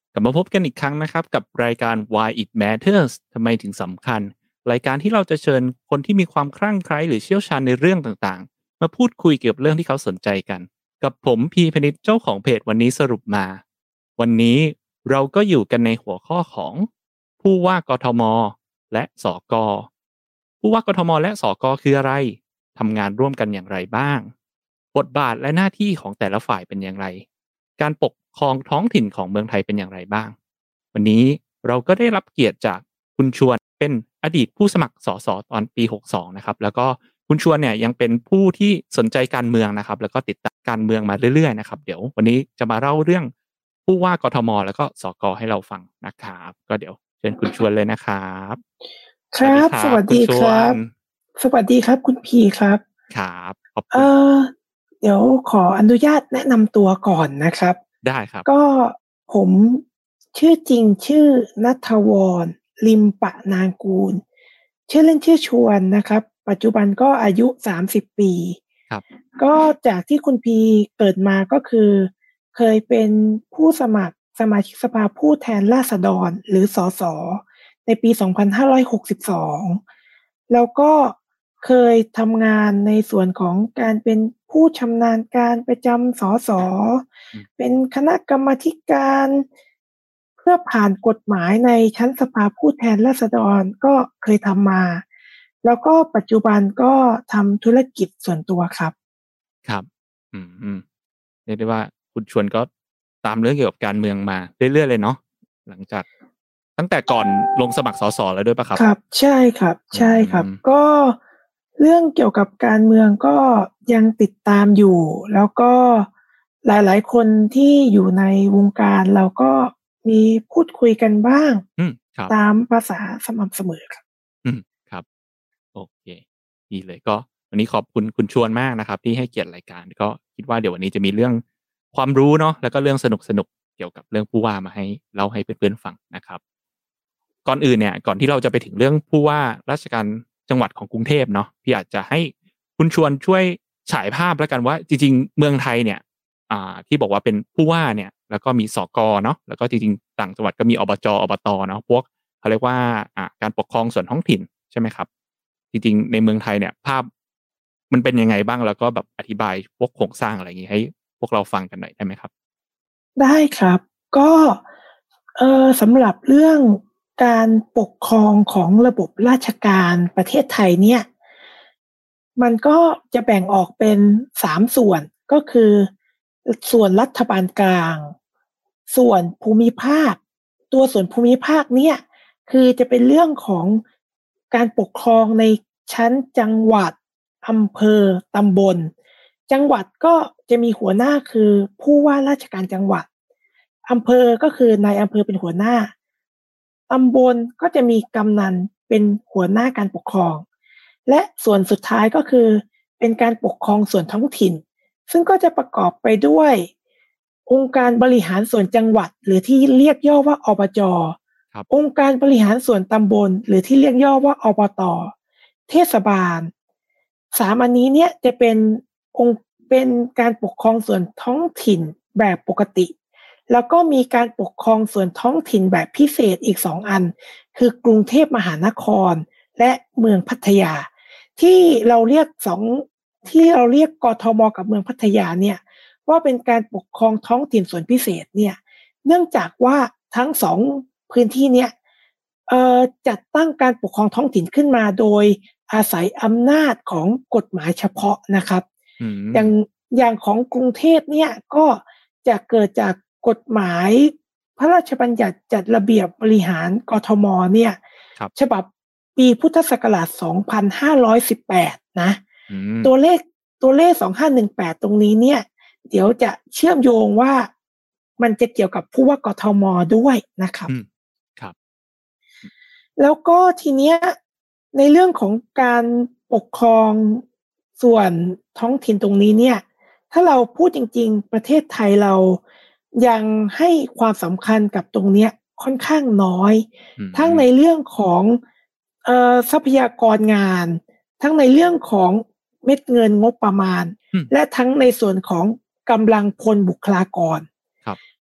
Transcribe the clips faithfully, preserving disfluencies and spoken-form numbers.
กลับมาพบกันอีกครั้งนะครับกับรายการ Why It Matters ทำไมถึงสำคัญรายการที่เราจะเชิญคนที่มีความคลั่งไคล้หรือเชี่ยวชาญในเรื่องต่างๆมาพูดคุยเกี่ยวกับเรื่องที่เขาสนใจกันกับผมพีพนิชเจ้าของเพจวันนี้สรุปมาวันนี้เราก็อยู่กันในหัวข้อของผู้ว่ากทมและสกผู้ว่ากทมและสกคืออะไรทำงานร่วมกันอย่างไรบ้างบทบาทและหน้าที่ของแต่ละฝ่ายเป็นอย่างไรการปกครองท้องถิ่นของเมืองไทยเป็นอย่างไรบ้างวันนี้เราก็ได้รับเกียรติจากคุณชวนเป็นอดีตผู้สมัครสสตอนปีหกสิบสองนะครับแล้วก็คุณชวนเนี่ยยังเป็นผู้ที่สนใจการเมืองนะครับแล้วก็ติดตามการเมืองมาเรื่อยๆนะครับเดี๋ยววันนี้จะมาเล่าเรื่องผู้ว่ากทมแล้วก็สกให้เราฟังนะครับก็เดี๋ยวเชิญคุณชวนเลยนะครับครับสวัสดีครับสวัสดีครับคุณพีครับครับเอ่อเดี๋ยวขออนุญาตแนะนำตัวก่อนนะครับได้ครับก็ผมชื่อจริงชื่อณัฐวรลิมปะนางกูลชื่อเล่นชื่อชวนนะครับปัจจุบันก็อายุสามสิบปีครับก็จากที่คุณพีเกิดมาก็คือเคยเป็นผู้สมัครสมาชิกสภาผู้แทนราษฎรหรือสสในปีสองพันห้าร้อยหกสิบสองแล้วก็เคยทำงานในส่วนของการเป็นผู้ชำนาญการประจำสสเป็นคณะกรรมาธิการเพื่อผ่านกฎหมายในชั้นสภาผู้แทนราษฎรก็เคยทำมาแล้วก็ปัจจุบันก็ทำธุรกิจส่วนตัวครับครับอืมเรียกได้ว่าคุณชวนก็ตามเรื่องเกี่ยวกับการเมืองมาเรื่อยๆเลยเนาะหลังจากตั้งแต่ก่อนลงสมัครสสแล้วด้วยป่ะครับครับใช่ครับใช่ครับก็เรื่องเกี่ยวกับการเมืองก็ยังติดตามอยู่แล้วก็หลายๆคนที่อยู่ในวงการเราก็มีพูดคุยกันบ้างตามภาษาสม่ำเสมอครับอืมครับโอเคดีเลยก็วันนี้ขอบคุณคุณชวนมากนะครับที่ให้เกียรติรายการก็คิดว่าเดี๋ยววันนี้จะมีเรื่องความรู้เนาะแล้วก็เรื่องสนุกๆเกี่ยวกับเรื่องผู้ว่ามาให้เล่าให้เพื่อนๆฟังนะครับก่อนอื่นเนี่ยก่อนที่เราจะไปถึงเรื่องผู้ว่าราชการจังหวัดของกรุงเทพเนาะพี่อาจจะให้คุณชวนช่วยฉายภาพแล้วกันว่าจริงๆเมืองไทยเนี่ยอ่าที่บอกว่าเป็นผู้ว่าเนี่ยแล้วก็มีสกเนาะแล้วก็จริงๆต่างจังหวัดก็มีอบจอบตเนาะพวกเขาเรียกว่าอ่าการปกครองส่วนท้องถิ่นใช่ไหมครับจริงๆในเมืองไทยเนี่ยภาพมันเป็นยังไงบ้างแล้วก็แบบอธิบายพวกโครงสร้างอะไรอย่างงี้ให้พวกเราฟังกันหน่อยได้ไหมครับได้ครับก็เอ่อสำหรับเรื่องการปกครองของระบบราชการประเทศไทยเนี่ยมันก็จะแบ่งออกเป็นสามส่วนก็คือส่วนรัฐบาลกลางส่วนภูมิภาคตัวส่วนภูมิภาคเนี่ยคือจะเป็นเรื่องของการปกครองในชั้นจังหวัดอำเภอตำบลจังหวัดก็จะมีหัวหน้าคือผู้ว่าราชการจังหวัดอำเภอก็คือนายอำเภอเป็นหัวหน้าตำบลก็จะมีกำนันเป็นหัวหน้าการปกครองและส่วนสุดท้ายก็คือเป็นการปกครองส่วนท้องถิ่นซึ่งก็จะประกอบไปด้วยองค์การบริหารส่วนจังหวัดหรือที่เรียกย่อว่าอบจ.องค์การบริหารส่วนตำบลหรือที่เรียกย่อว่าอบต.เทศบาลสามอันนี้เนี่ยจะเป็นองค์เป็นการปกครองส่วนท้องถิ่นแบบปกติแล้วก็มีการปกครองส่วนท้องถิ่นแบบพิเศษอีกสองอันคือกรุงเทพมหานครและเมืองพัทยาที่เราเรียกสองที่เราเรียกกทม.กับเมืองพัทยาเนี่ยว่าเป็นการปกครองท้องถิ่นส่วนพิเศษเนี่ยเนื่องจากว่าทั้งสองพื้นที่เนี่ยเอ่อจัดตั้งการปกครองท้องถิ่นขึ้นมาโดยอาศัยอำนาจของกฎหมายเฉพาะนะครับอย่างอย่างของกรุงเทพเนี่ยก็จะเกิดจากกฎหมายพระราชบัญญัติจัดระเบียบบริหารกทม.เนี่ยฉบับปีพุทธศักราชสองพันห้าร้อยสิบแปดนะตัวเลขตัวเลขสองพันห้าร้อยสิบแปดตรงนี้เนี่ยเดี๋ยวจะเชื่อมโยงว่ามันจะเกี่ยวกับผู้ว่ากทม.ด้วยนะครับครับแล้วก็ทีเนี้ยในเรื่องของการปกครองส่วนท้องถิ่นตรงนี้เนี่ยถ้าเราพูดจริงๆประเทศไทยเรายังให้ความสำคัญกับตรงเนี้ยค่อนข้างน้อยทั้งในเรื่องของเอ่อทรัพยากรงานทั้งในเรื่องของเม็ดเงินงบประมาณและทั้งในส่วนของกำลังพลบุคลากร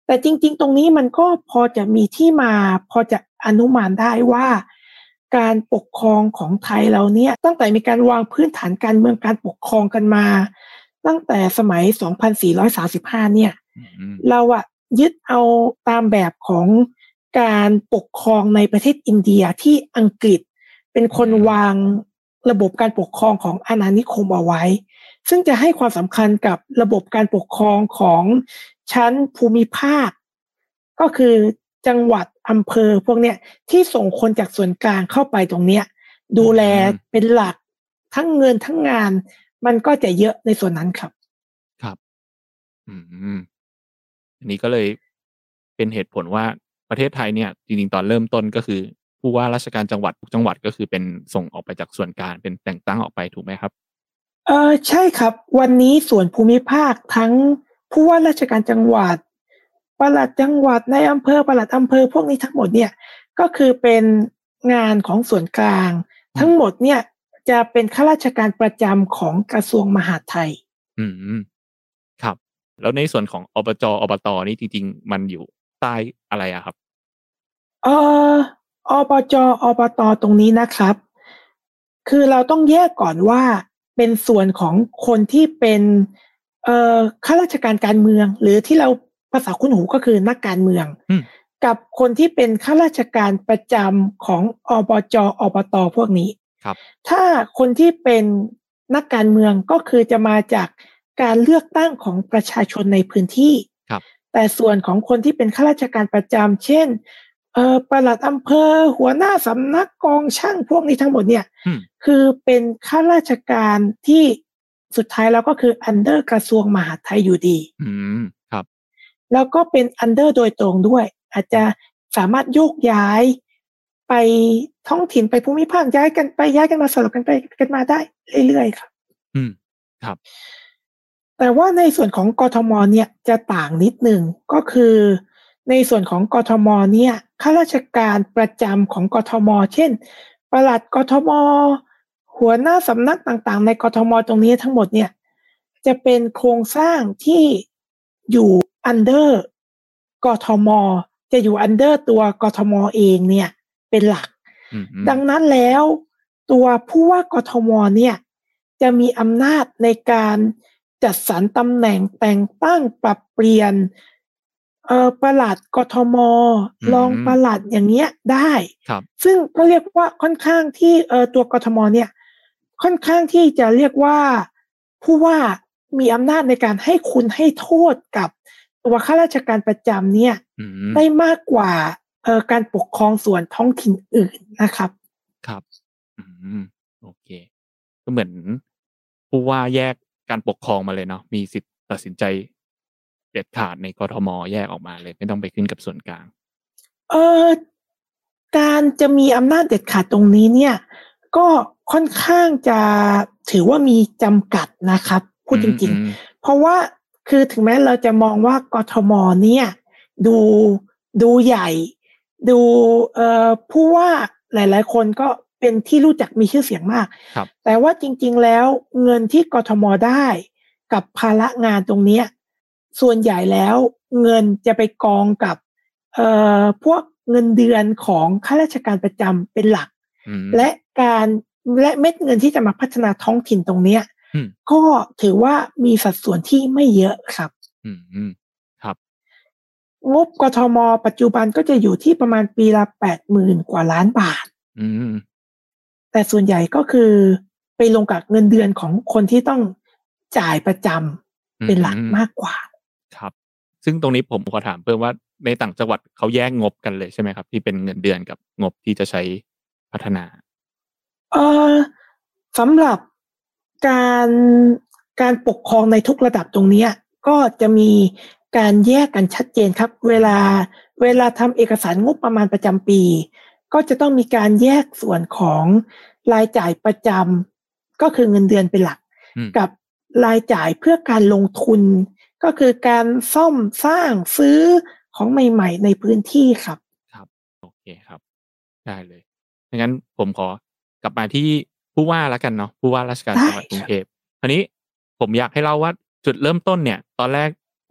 แต่จริงๆตรงนี้มันก็พอจะมีที่มาพอจะอนุมานได้ว่าการปกครองของไทยเราเนี่ยตั้งแต่มีการวางพื้นฐานการเมืองการปกครองกันมาตั้งแต่สมัยสองพันสี่ร้อยสามสิบห้าเนี่ยเราอะยึดเอาตามแบบของการปกครองในประเทศอินเดียที่อังกฤษเป็นคนวางระบบการปกครองของอาณานิคมเอาไว้ซึ่งจะให้ความสำคัญกับระบบการปกครองของชั้นภูมิภาคก็คือจังหวัดอำเภอพวกเนี้ยที่ส่งคนจากส่วนกลางเข้าไปตรงเนี้ยดูแลเป็นหลักทั้งเงินทั้งงานมันก็จะเยอะในส่วนนั้นครับครับอืมอันนี้ก็เลยเป็นเหตุผลว่าประเทศไทยเนี่ยจริงๆตอนเริ่มต้นก็คือผู้ว่าราชการจังหวัดทุกจังหวัดก็คือเป็นส่งออกไปจากส่วนกลางเป็นแต่งตั้งออกไปถูกไหมครับเออใช่ครับวันนี้ส่วนภูมิภาคทั้งผู้ว่าราชการจังหวัดปลัดจังหวัดในอำเภอปลัดอำเภอพวกนี้ทั้งหมดเนี่ยก็คือเป็นงานของส่วนกลางทั้งหมดเนี่ยจะเป็นข้าราชการประจำของกระทรวงมหาดไทยอืมครับแล้วในส่วนของอบจอบตนี่จริงๆมันอยู่ใต้อะไรอะครับเอออบจอบตตรงนี้นะครับคือเราต้องแยกก่อนว่าเป็นส่วนของคนที่เป็นเอ่อข้าราชการการเมืองหรือที่เราภาษาคุ้นหูก็คือนักการเมืองกับคนที่เป็นข้าราชการประจำของอบจอบตพวกนี้ครับถ้าคนที่เป็นนักการเมืองก็คือจะมาจากการเลือกตั้งของประชาชนในพื้นที่แต่ส่วนของคนที่เป็นข้าราชการประจำเช่นเอ่อปลัดอำเภอหัวหน้าสำนักกองช่างพวกนี้ทั้งหมดเนี่ยคือเป็นข้าราชการที่สุดท้ายแล้วก็คืออันเดอร์กระทรวงมหาดไทยอยู่ดีอืมครับแล้วก็เป็นอันเดอร์โดยตรงด้วยอาจจะสามารถโยกย้ายไปท้องถิ่นไปภูมิภาคย้ายกันไปย้ายกันมาสลับกันไปกันมาได้เรื่อยๆครับอืมครับแต่ว่าในส่วนของกทมเนี่ยจะต่างนิดหนึ่งก็คือในส่วนของกทมเนี่ยข้าราชการประจำของกทมเช่นปลัดกทมหัวหน้าสำนักต่างๆในกทมตรงนี้ทั้งหมดเนี่ยจะเป็นโครงสร้างที่อยู่ under กทมจะอยู่ under ตัวกทมเองเนี่ยเป็นหลักดังนั้นแล้วตัวผู้ว่ากทมเนี่ยจะมีอำนาจในการจัดสรรตำแหน่งแต่งตั้งปรับเปลี่ยนเอ่อปลัดกทมรองปลัดอย่างเงี้ยได้ซึ่งก็เรียกว่าค่อนข้างที่เอ่อตัวกทมเนี่ยค่อนข้างที่จะเรียกว่าผู้ว่ามีอำนาจในการให้คุณให้โทษกับตัวข้าราชการประจำเนี่ยได้มากกว่าเอ่อการปกครองส่วนท้องถิ่นอื่นนะครับครับอืมโอเคก็เหมือนผู้ว่าแยกการปกครองมาเลยเนาะมีสิทธิ์ตัดสินใจเด็ดขาดในกทมแยกออกมาเลยไม่ต้องไปขึ้นกับส่วนกลางเออการจะมีอำนาจเด็ดขาดตรงนี้เนี่ยก็ค่อนข้างจะถือว่ามีจำกัดนะครับพูดจริงๆเพราะว่าคือถึงแม้เราจะมองว่ากทมเนี่ยดูดูใหญ่ดูเอ่อผู้ว่าหลายๆคนก็เป็นที่รู้จักมีชื่อเสียงมากแต่ว่าจริงๆแล้วเงินที่กทมได้กับภาระงานตรงนี้ส่วนใหญ่แล้วเงินจะไปกองกับเอ่อพวกเงินเดือนของข้าราชการประจำเป็นหลักและการและเม็ดเงินที่จะมาพัฒนาท้องถิ่นตรงเนี้ยก็ถือว่ามีสัดส่วนที่ไม่เยอะครับอืมครับงบกทมปัจจุบันก็จะอยู่ที่ประมาณปีละแปดหมื่นกว่าล้านบาทอืมแต่ส่วนใหญ่ก็คือไปลงกับเงินเดือนของคนที่ต้องจ่ายประจำเป็นหลักมากกว่าครับซึ่งตรงนี้ผมขอถามเพิ่มว่าในต่างจังหวัดเขาแยกงบกันเลยใช่ไหมครับที่เป็นเงินเดือนกับงบที่จะใช้พัฒนาเออสำหรับการการปกครองในทุกระดับตรงนี้ก็จะมีการแยกกันชัดเจนครับเวลาเวลาทำเอกสารงบประมาณประจำปีก็จะต้องมีการแยกส่วนของรายจ่ายประจำก็คือเงินเดือนเป็นหลักกับรายจ่ายเพื่อการลงทุนก็คือการซ่อมสร้างซื้อของใหม่ๆในพื้นที่ครับครับโอเคครับได้เลยงั้นผมขอกลับมาที่ผู้ว่าแล้วกันเนาะผู้ว่าราชการจังหวัดกรุงเทพคราวนี้ผมอยากให้เล่าว่าจุดเริ่มต้นเนี่ยตอนแรกผ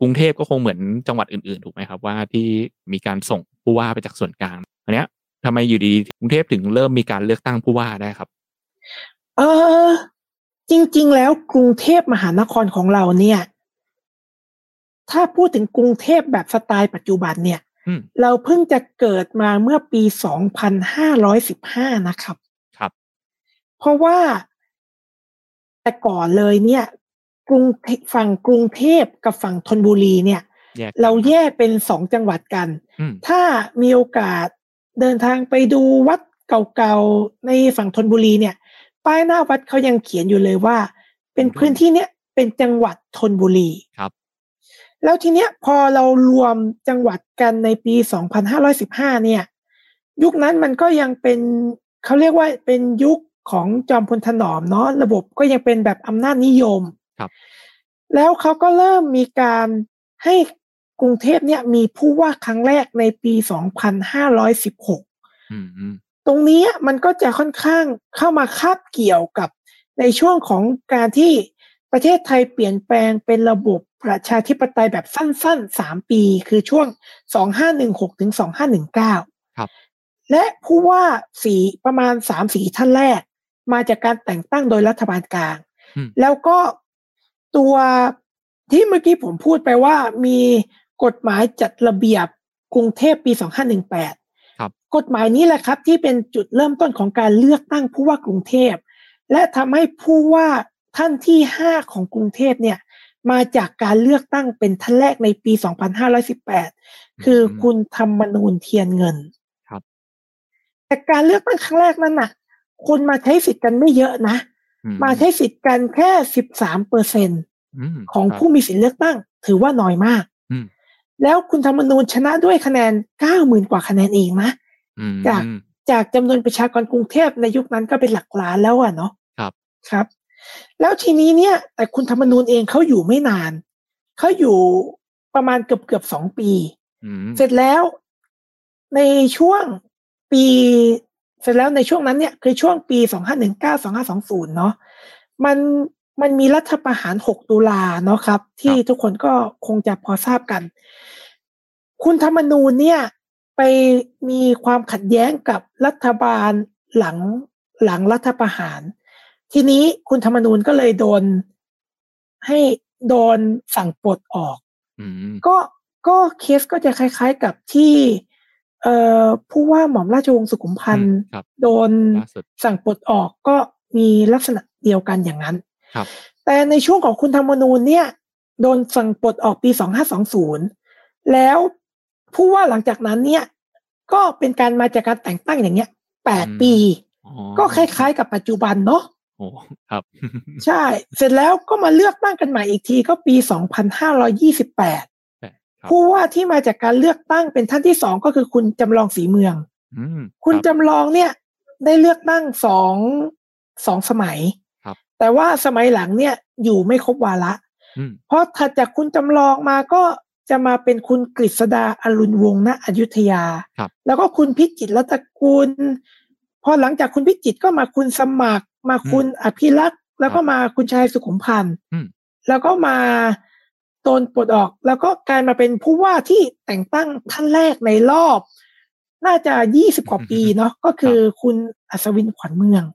กรุงเทพก็คงเหมือนจังหวัดอื่นๆถูกไหมครับว่าที่มีการส่งผู้ว่าไปจากส่วนกลางอันเนี้ยทำไมอยู่ดีกรุงเทพถึงเริ่มมีการเลือกตั้งผู้ว่าได้ครับเออจริงๆแล้วกรุงเทพมหานครของเราเนี่ยถ้าพูดถึงกรุงเทพแบบสไตล์ปัจจุบันเนี่ยเราเพิ่งจะเกิดมาเมื่อปีสองพันห้าร้อยสิบห้านะครับครับเพราะว่าแต่ก่อนเลยเนี่ยกรุงฝั่งกรุงเทพกับฝั่งธนบุรีเนี่ยเราแยกเป็นสองจังหวัดกันถ้ามีโอกาสเดินทางไปดูวัดเก่าๆในฝั่งธนบุรีเนี่ยป้ายหน้าวัดเขายังเขียนอยู่เลยว่าเป็นพื้นที่เนี้ยเป็นจังหวัดธนบุรีครับแล้วทีเนี้ยพอเรารวมจังหวัดกันในปีสองพันห้าร้อยสิบห้าเนี่ยยุคนั้นมันก็ยังเป็นเขาเรียกว่าเป็นยุคของจอมพลถนอมเนาะระบบก็ยังเป็นแบบอำนาจนิยมครับแล้วเขาก็เริ่มมีการให้กรุงเทพเนี่ยมีผู้ว่าครั้งแรกในปีสองพันห้าร้อยสิบหกอืมตรงนี้มันก็จะค่อนข้างเข้ามาคาบเกี่ยวกับในช่วงของการที่ประเทศไทยเปลี่ยนแปลงเป็นระบบประชาธิปไตยแบบสั้นๆสามปีคือช่วงสองพันห้าร้อยสิบหกถึงสองพันห้าร้อยสิบเก้าครับและผู้ว่าสีประมาณสามสีท่านแรกมาจากการแต่งตั้งโดยรัฐบาลกลางแล้วก็ตัวที่เมื่อกี้ผมพูดไปว่ามีกฎหมายจัดระเบียบกรุงเทพปีสองพันห้าร้อยสิบแปดครับกฎหมายนี้แหละครับที่เป็นจุดเริ่มต้นของการเลือกตั้งผู้ว่ากรุงเทพและทำให้ผู้ว่าท่านที่ห้าของกรุงเทพเนี่ยมาจากการเลือกตั้งเป็นท่านแรกในปีสองพันห้าร้อยสิบแปดคือคุณธรรมนูญเทียนเงินครับแต่การเลือกตั้งครั้งแรกนั้นน่ะคนมาใช้สิทธิ์กันไม่เยอะนะมาใช้สิทธิ์กันแค่ สิบสามเปอร์เซ็นต์ ของผู้มีสิทธิ์เลือกตั้งถือว่าน้อยมากแล้วคุณธรรมนูญชนะด้วยคะแนน เก้าหมื่น กว่าคะแนนเองนะจากจากจำนวนประชากรกรุงเทพในยุคนั้นก็เป็นหลักล้านแล้วอ่ะเนาะครับครับแล้วทีนี้เนี่ยแต่คุณธรรมนูญเองเขาอยู่ไม่นานเขาอยู่ประมาณเกือบเกือบสองปีเสร็จแล้วในช่วงปีเสร็จแล้วในช่วงนั้นเนี่ยคือช่วงปีสองพันห้าร้อยสิบเก้า สองพันห้าร้อยยี่สิบเนาะมันมันมีรัฐประหารหกตุลาเนาะครับที่ทุกคนก็คงจะพอทราบกันคุณธรรมนูญเนี่ยไปมีความขัดแย้งกับรัฐบาลหลังหลังรัฐประหารทีนี้คุณธรรมนูญก็เลยโดนให้โดนสั่งปลดออกก็ก็เคสก็จะคล้ายๆกับที่เอ่อผู้ว่าหม่อมราชวงศ์สุขุมพันธ์โดนสั่งปลดออกก็มีลักษณะเดียวกันอย่างนั้นแต่ในช่วงของคุณธรรมนูญเนี่ยโดนสั่งปลดออกปีสองพันห้าร้อยยี่สิบแล้วผู้ว่าหลังจากนั้นเนี่ยก็เป็นการมาจากการแต่งตั้งอย่างเงี้ยแปดปีก็คล้ายๆกับปัจจุบันเนาะโอ้ครับใช่เสร็จแล้วก็มาเลือกตั้งกันใหม่อีกทีก็ปีสองพันห้าร้อยยี่สิบแปดผู้ว่าที่มาจากการเลือกตั้งเป็นท่านที่สองก็คือคุณจำลองศรีเมืองคุณจำลองเนี่ยได้เลือกตั้งสองสองสมัยแต่ว่าสมัยหลังเนี่ยอยู่ไม่ครบวาระเพราะถัดจากคุณจำลองมาก็จะมาเป็นคุณกฤษดาอรุณวงศ์ณอยุธยาแล้วก็คุณพิจิตรรัตนกุลพอหลังจากคุณพิจิตรก็มาคุณสมัครมาคุณอภิรักษ์แล้วก็มาคุณชัยสุขุมพันธ์แล้วก็มาโดนปลดออกแล้วก็กลายมาเป็นผู้ว่าที่แต่งตั้งท่านแรกในรอบน่าจะยี่สิบกว่าปีเนาะก็คือคุณอัศวินขวัญเมือง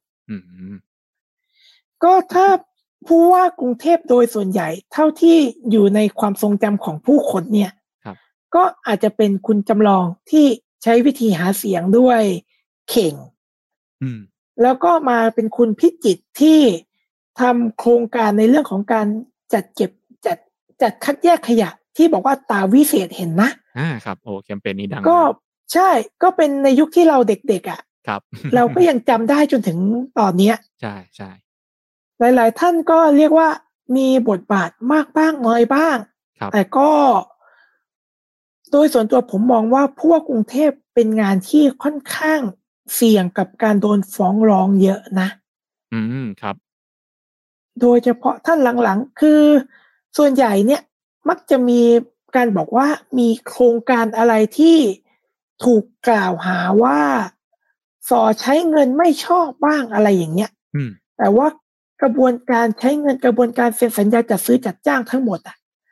ก็ถ้าผู้ว่ากรุงเทพโดยส่วนใหญ่เท่าที่อยู่ในความทรงจำของผู้คนเนี่ยก็อาจจะเป็นคุณจำลองที่ใช้วิธีหาเสียงด้วยเข่งแล้วก็มาเป็นคุณพิจิตรที่ทำโครงการในเรื่องของการจัดเก็บจัดจัดคัดแยกขยะที่บอกว่าตาวิเศษเห็นนะอ่าครับโอ้แคมเปญนี้ดังก็ใช่ก็เป็นในยุคที่เราเด็กๆอ่ะครับเราก็ยังจำได้จนถึงตอนนี้ใช่ใช่หลายๆท่านก็เรียกว่ามีบทบาทมากบ้างน้อยบ้างแต่ก็โดยส่วนตัวผมมองว่าผู้ว่ากรุงเทพเป็นงานที่ค่อนข้างเสี่ยงกับการโดนฟ้องร้องเยอะนะอืมครับโดยเฉพาะท่านหลังๆคือส่วนใหญ่เนี่ยมักจะมีการบอกว่ามีโครงการอะไรที่ถูกกล่าวหาว่าสอใช้เงินไม่ชอบบ้างอะไรอย่างเงี้ยแต่ว่ากระบวนการใช้เงินกระบวนการเซ็นสัญญาจัดซื้อจัดจ้างทั้งหมดอ่ะ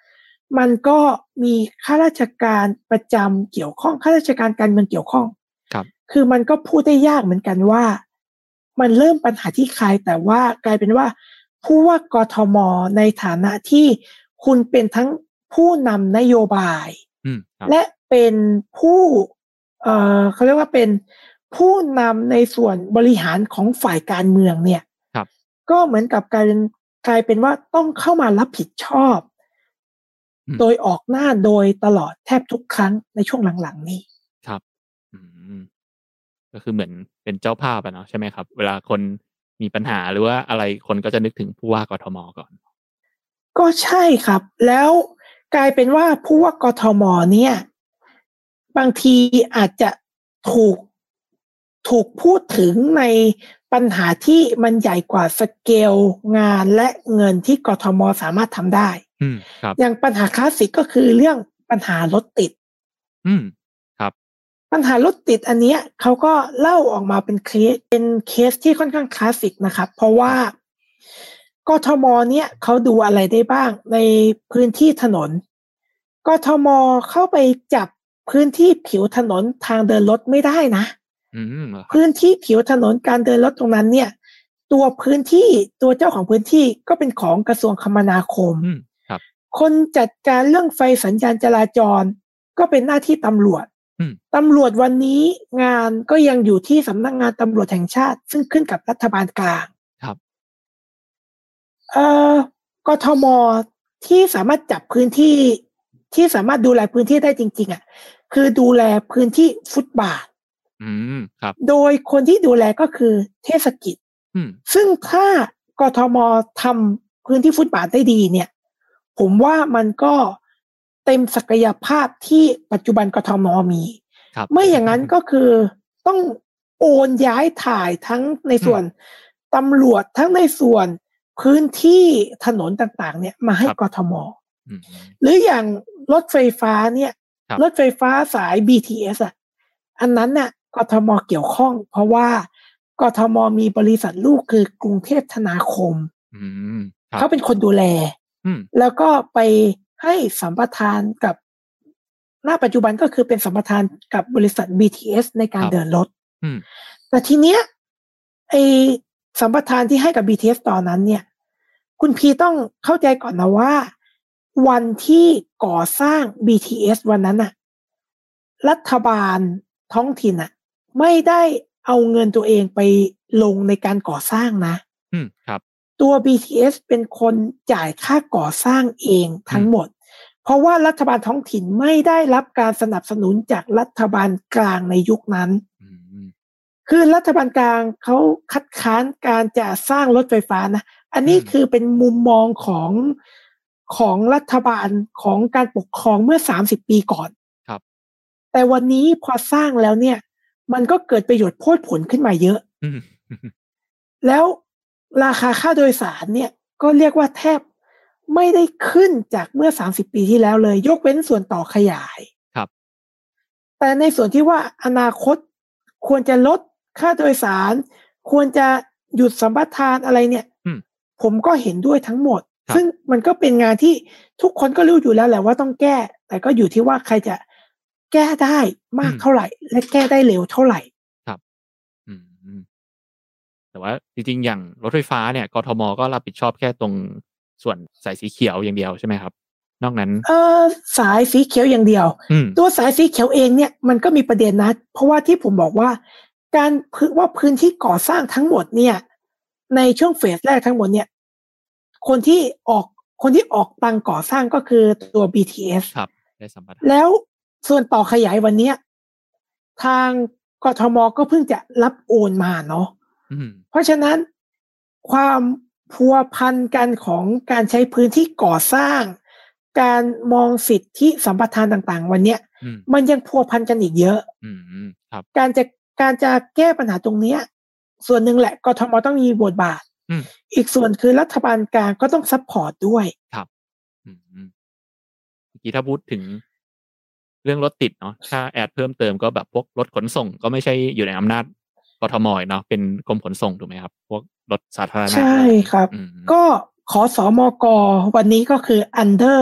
มันก็มีข้าราชการประจำเกี่ยวข้องข้าราชการการเมืองเกี่ยวข้องครับคือมันก็พูดได้ยากเหมือนกันว่ามันเริ่มปัญหาที่ใครแต่ว่ากลายเป็นว่าผู้ว่ากทมในฐานะที่คุณเป็นทั้งผู้นำนโยบายและเป็นผู้เอ่อเขาเรียกว่าเป็นผู้นำในส่วนบริหารของฝ่ายการเมืองเนี่ยก็เหมือนกับกลายเป็นกลายเป็นว่าต้องเข้ามารับผิดชอบโดยออกหน้าโดยตลอดแทบทุกครั้งในช่วงหลังๆนี้ครับอืมก็คือเหมือนเป็นเจ้าภาพอะเนาะใช่ไหมครับเวลาคนมีปัญหาหรือว่าอะไรคนก็จะนึกถึงผู้ว่ากทมก่อนก็ใช่ครับแล้วกลายเป็นว่าผู้ว่ากทมเนี่ยบางทีอาจจะถูกถูกพูดถึงในปัญหาที่มันใหญ่กว่าสเกลงานและเงินที่กทมสามารถทำได้อย่างปัญหาคลาสสิกก็คือเรื่องปัญหารถติดอืมครับปัญหารถติดอันนี้เขาก็เล่าออกมาเป็นเคสเป็นเคสที่ค่อนข้างคลาสสิกนะครับเพราะว่ากทมเนี่ยเขาดูอะไรได้บ้างในพื้นที่ถนนกทมเข้าไปจับพื้นที่ผิวถนนทางเดินรถไม่ได้นะพื้นที่ผิวถนนการเดินรถตรงนั้นเนี่ยตัวพื้นที่ตัวเจ้าของพื้นที่ก็เป็นของกระทรวงคมนาคมคนจัดการเรื่องไฟสัญญาณจราจรก็เป็นหน้าที่ตำรวจตำรวจวันนี้งานก็ยังอยู่ที่สำนักงานตำรวจแห่งชาติซึ่งขึ้นกับรัฐบาลกลางครับเอ่อกทมที่สามารถจับพื้นที่ที่สามารถดูแลพื้นที่ได้จริงๆอ่ะคือดูแลพื้นที่ฟุตบาทอืมครับโดยคนที่ดูแลก็คือเทศกิจซึ่งถ้ากทมทำพื้นที่ฟุตบาทได้ดีเนี่ยผมว่ามันก็เต็มศักยภาพที่ปัจจุบันกทมมีไม่อย่างนั้นก็คือต้องโอนย้ายถ่ายทั้งในส่วนตำรวจทั้งในส่วนพื้นที่ถนนต่างๆเนี่ยมาให้กทมหรืออย่างรถไฟฟ้าเนี่ยรถไฟฟ้าสาย บี ที เอส อ่ะอันนั้นน่ะกทมเกี่ยวข้องเพราะว่ากทมมีบริษัทลูกคือกรุงเทพธนาคมเขาเป็นคนดูแลแล้วก็ไปให้สัมปทานกับณปัจจุบันก็คือเป็นสัมปทานกับบริษัท บี ที เอส ในการเดินรถแต่ทีเนี้ยไอสัมปทานที่ให้กับ บี ที เอส ตอนนั้นเนี่ยคุณพีต้องเข้าใจก่อนนะว่าวันที่ก่อสร้าง บี ที เอส วันนั้นน่ะรัฐบาลท้องถิ่นน่ะไม่ได้เอาเงินตัวเองไปลงในการก่อสร้างนะอืมครับตัว บี ที เอส เป็นคนจ่ายค่าก่อสร้างเองทั้งหมดเพราะว่ารัฐบาลท้องถิ่นไม่ได้รับการสนับสนุนจากรัฐบาลกลางในยุคนั้นคือรัฐบาลกลางเขาคัดค้านการจะสร้างรถไฟฟ้านะอันนี้คือเป็นมุมมองของของรัฐบาลของการปกครองเมื่อสามสิบปีก่อนครับแต่วันนี้พอสร้างแล้วเนี่ยมันก็เกิดประโยชน์โพดผลขึ้นมาเยอะแล้วราคาค่าโดยสารเนี่ยก็เรียกว่าแทบไม่ได้ขึ้นจากเมื่อสามสิบปีที่แล้วเลยยกเว้นส่วนต่อขยายครับแต่ในส่วนที่ว่าอนาคตควรจะลดค่าโดยสารควรจะหยุดสัมปทานอะไรเนี่ยผมก็เห็นด้วยทั้งหมดซึ่งมันก็เป็นงานที่ทุกคนก็รู้อยู่แล้วแหละว่าต้องแก้แต่ก็อยู่ที่ว่าใครจะแก้ได้มากเท่าไหร่และแก้ได้เร็วเท่าไหร่ครับอืมแต่ว่าจริงๆอย่างรถไฟฟ้าเนี่ยกทมก็รับผิดชอบแค่ตรงส่วนสายสีเขียวอย่างเดียวใช่ไหมครับนอกนั้นเออสายสีเขียวอย่างเดียวตัวสายสีเขียวเองเนี่ยมันก็มีประเด็นนะเพราะว่าที่ผมบอกว่าการว่าพื้นที่ก่อสร้างทั้งหมดเนี่ยในช่วงเฟสแรกทั้งหมดเนี่ยคนที่ออกคนที่ออกตังก่อสร้างก็คือตัว บี ที เอสครับได้สัมปทานแล้วส่วนต่อขยายวันนี้ทางกทมก็เพิ่งจะรับโอนมาเนาะเพราะฉะนั้นความพัวพันกันของการใช้พื้นที่ก่อสร้างการมองสิทธิสัมปทานต่างๆวันนี้มันยังพัวพันกันอีกเยอะการจะการจะแก้ปัญหาตรงนี้ส่วนหนึ่งแหละกทมต้องมีบทบาทอีกส่วนคือรัฐบาลกลางก็ต้องซัพพอร์ตด้วยครับเมื่อกี้ถ้าพูดถึงเรื่องรถติดเนาะถ้าแอดเพิ่มเติมก็แบบพวกรถขนส่งก็ไม่ใช่อยู่ในอำนาจกทมเนาะเป็นกรมขนส่งถูกไหมครับพวกรถสาธารณะใช่ครับก็ขอสมกวันนี้ก็คือ under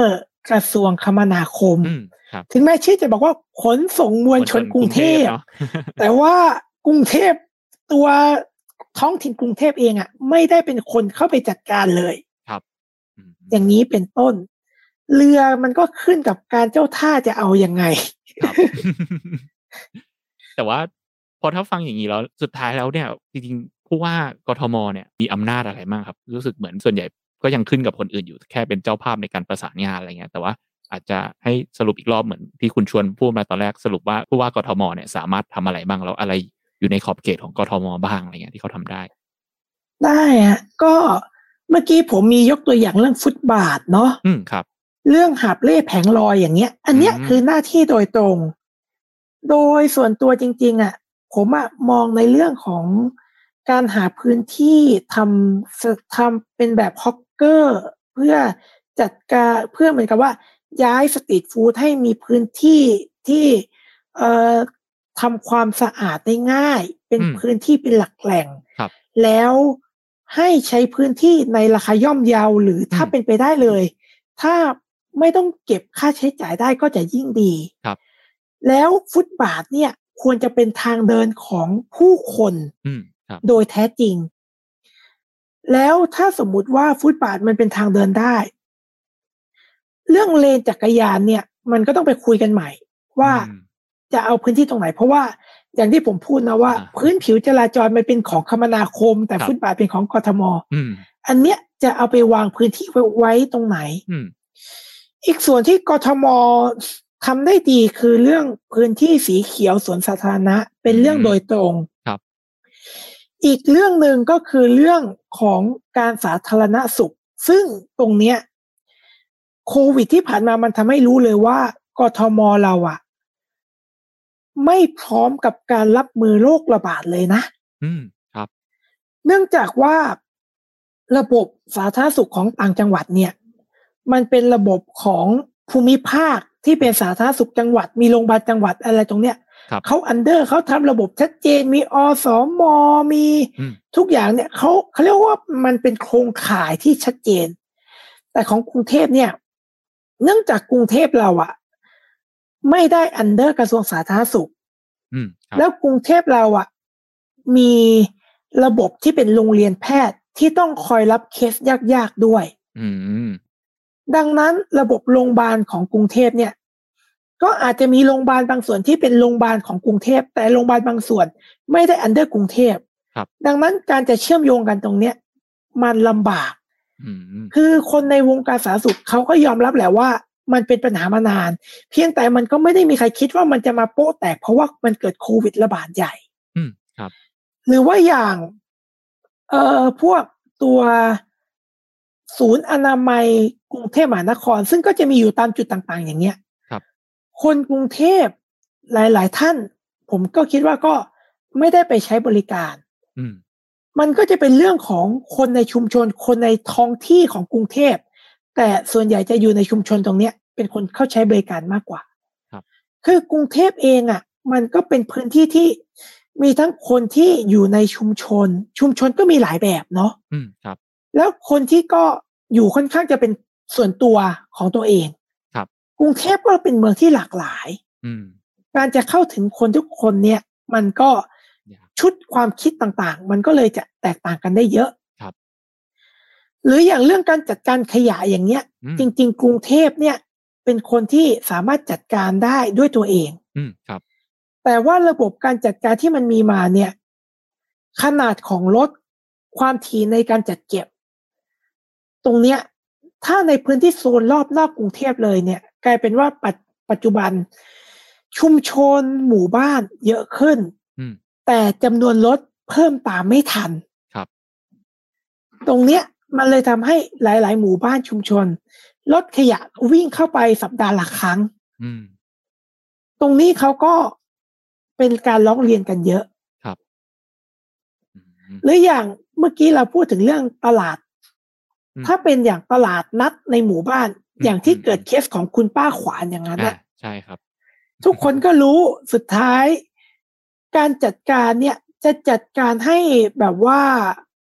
กระทรวงคมนาคมครับถึงแม้ชื่อจะบอกว่าขนส่งมวลชนกรุงเทพแต่ว่ากรุงเทพตัวท้องถิ่นกรุงเทพเองอ่ะไม่ได้เป็นคนเข้าไปจัดการเลยครับอย่างนี้เป็นต้นเรือมันก็ขึ้นกับการเจ้าท่าจะเอายังไงครับ แต่ว่าพอถ้าฟังอย่างนี้แล้วสุดท้ายแล้วเนี่ยจริงๆผู้ว่ากทมเนี่ยมีอำนาจอะไรบ้างครับรู้สึกเหมือนส่วนใหญ่ก็ยังขึ้นกับคนอื่นอยู่แค่เป็นเจ้าภาพในการประสานงานอะไรเงี้ยแต่ว่าอาจจะให้สรุปอีกรอบเหมือนที่คุณชวนพูดมาตอนแรกสรุปว่าผู้ว่ากทมเนี่ยสามารถทำอะไรบ้างแล้วอะไรอยู่ในขอบเขตของกทมบ้างอะไรเงี้ยที่เขาทำได้ได้ฮะก็เมื่อกี้ผมมียกตัวอย่างเรื่องฟุตบาทเนาะอืมครับเรื่องหาบเล่แผงลอยอย่างเงี้ยอันเนี้ยคือหน้าที่โดยตรงโดยส่วนตัวจริงๆอ่ะผมอะมองในเรื่องของการหาพื้นที่ทำทำเป็นแบบฮอกเกอร์เพื่อจัดการเพื่อเหมือนกับว่าย้ายสตรีทฟู้ดให้มีพื้นที่ที่เอ่อทำความสะอาดได้ง่ายเป็นพื้นที่เป็นหลักแหล่งแล้วให้ใช้พื้นที่ในราคาย่อมเยาหรือถ้าเป็นไปได้เลยถ้าไม่ต้องเก็บค่าใช้จ่ายได้ก็จะยิ่งดีครับแล้วฟุตบาทเนี่ยควรจะเป็นทางเดินของผู้คนโดยแท้จริงแล้วถ้าสมมุติว่าฟุตบาทมันเป็นทางเดินได้เรื่องเลนจักรยานเนี่ยมันก็ต้องไปคุยกันใหม่ว่าจะเอาพื้นที่ตรงไหนเพราะว่าอย่างที่ผมพูดนะว่าพื้นผิวจราจรมันเป็นของคมนาคมแต่ฟุตบาทเป็นของกทมอันเนี้ยจะเอาไปวางพื้นที่ไว้ตรงไหนอีกส่วนที่กทมทำได้ดีคือเรื่องพื้นที่สีเขียวสวนสาธารณะเป็นเรื่องโดยตรงครับอีกเรื่องหนึ่งก็คือเรื่องของการสาธารณสุขซึ่งตรงเนี้ยโควิดที่ผ่านมามันทำให้รู้เลยว่ากทมเราอะไม่พร้อมกับการรับมือโรคระบาดเลยนะอืมครับเนื่องจากว่าระบบสาธารณสุขของต่างจังหวัดเนี่ยมันเป็นระบบของภูมิภาคที่เป็นสาธารณสุขจังหวัดมีโรงพยาบาลจังหวัดอะไรตรงเนี้ยเขาอันเดอร์เขาทำระบบชัดเจนมีอสมมีทุกอย่างเนี่ยเขาเขาเรียกว่ามันเป็นโครงข่ายที่ชัดเจนแต่ของกรุงเทพเนี่ยเนื่องจากกรุงเทพเราอะไม่ได้อันเดอร์กระทรวงสาธารณสุขแล้วกรุงเทพเราอะมีระบบที่เป็นโรงเรียนแพทย์ที่ต้องคอยรับเคสยากๆด้วยดังนั้นระบบโรงพยาบาลของกรุงเทพเนี่ยก็อาจจะมีโรงพยาบาลบางส่วนที่เป็นโรงพยาบาลของกรุงเทพแต่โรงพยาบาลบางส่วนไม่ได้อันเดอร์กรุงเทพดังนั้นการจะเชื่อมโยงกันตรงเนี้ยมันลำบากคือคนในวงการสาธารณสุขเขาก็ยอมรับแหละว่ามันเป็นปัญหามานานเพียงแต่มันก็ไม่ได้มีใครคิดว่ามันจะมาโป๊ะแตกเพราะว่ามันเกิดโควิดระบาดใหญ่หรือว่าอย่างเอ่อพวกตัวศูนย์อนามัยกรุงเทพมหานครซึ่งก็จะมีอยู่ตามจุดต่างๆอย่างเงี้ยคนกรุงเทพหลายๆท่านผมก็คิดว่าก็ไม่ได้ไปใช้บริการมันก็จะเป็นเรื่องของคนในชุมชนคนในท้องที่ของกรุงเทพแต่ส่วนใหญ่จะอยู่ในชุมชนตรงเนี้ยเป็นคนเข้าใช้บริการมากกว่าคือกรุงเทพเองอ่ะมันก็เป็นพื้นที่ที่มีทั้งคนที่อยู่ในชุมชนชุมชนก็มีหลายแบบเนาะแล้วคนที่ก็อยู่ค่อนข้างจะเป็นส่วนตัวของตัวเองกรุงเทพก็เป็นเมืองที่หลากหลายการจะเข้าถึงคนทุกคนเนี่ยมันก็ชุดความคิดต่างๆมันก็เลยจะแตกต่างกันได้เยอะหรืออย่างเรื่องการจัดการขยะอย่างเงี้ยจริงๆกรุงเทพเนี่ยเป็นคนที่สามารถจัดการได้ด้วยตัวเองแต่ว่าระบบการจัดการที่มันมีมาเนี่ยขนาดของรถความถี่ในการจัดเก็บตรงเนี้ยถ้าในพื้นที่โซนรอบนอกกรุงเทพเลยเนี่ยกลายเป็นว่าปัจจุบันชุมชนหมู่บ้านเยอะขึ้นแต่จำนวนรถเพิ่มตามไม่ทันครับตรงเนี้ยมันเลยทำให้หลายๆหมู่บ้านชุมชนรถขยะวิ่งเข้าไปสัปดาห์ละครั้งตรงนี้เขาก็เป็นการร้องเรียนกันเยอะครับหรืออย่างเมื่อกี้เราพูดถึงเรื่องตลาดถ้าเป็นอย่างตลาดนัดในหมู่บ้านอย่างที่เกิดเคสของคุณป้าขวานอย่างนั้นนะใช่ครับทุกคนก็รู้สุดท้ายการจัดการเนี่ยจะจัดการให้แบบว่า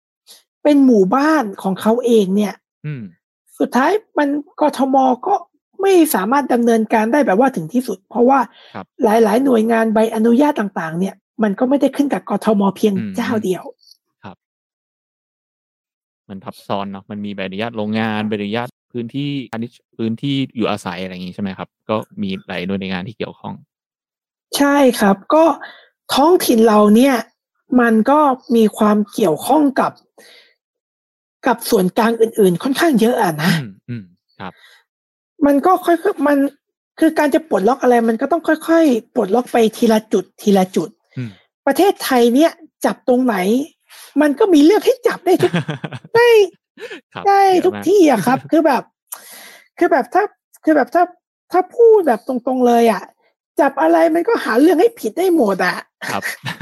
เป็นหมู่บ้านของเขาเองเนี่ยสุดท้ายมันกทมก็ไม่สามารถดำเนินการได้แบบว่าถึงที่สุดเพราะว่าหลายๆหน่วยงานใบอนุญาตต่างๆเนี่ยมันก็ไม่ได้ขึ้นกับกทมเพียงเจ้าเดียวครับมันทับซ้อนเนาะมันมีใบอนุญาตโรงงานใบอนุญาตพื้นที่อันนี้พื้นที่อยู่อาศัยอะไรอย่างงี้ใช่ไหมครับก็มีหลายหน่วยงานที่เกี่ยวข้องใช่ครับก็ท้องถิ่นเราเนี่ยมันก็มีความเกี่ยวข้องกับกับส่วนกลางอื่นๆค่อนข้างเยอะอ่ะนะอืมครับมันก็ค่อยๆมันคือการจะปลดล็อกอะไรมันก็ต้องค่อยๆปลดล็อกไปทีละจุดทีละจุดประเทศไทยเนี่ยจับตรงไหนมันก็มีเรื่องให้จับได้ทุกได้ได้ทุกที่อะครับคือแบบคือแบบถ้าคือแบบถ้าถ้าพูดแบบตรงๆเลยอ่ะจับอะไรมันก็หาเรื่องให้ผิดได้หมดอ่ะครับ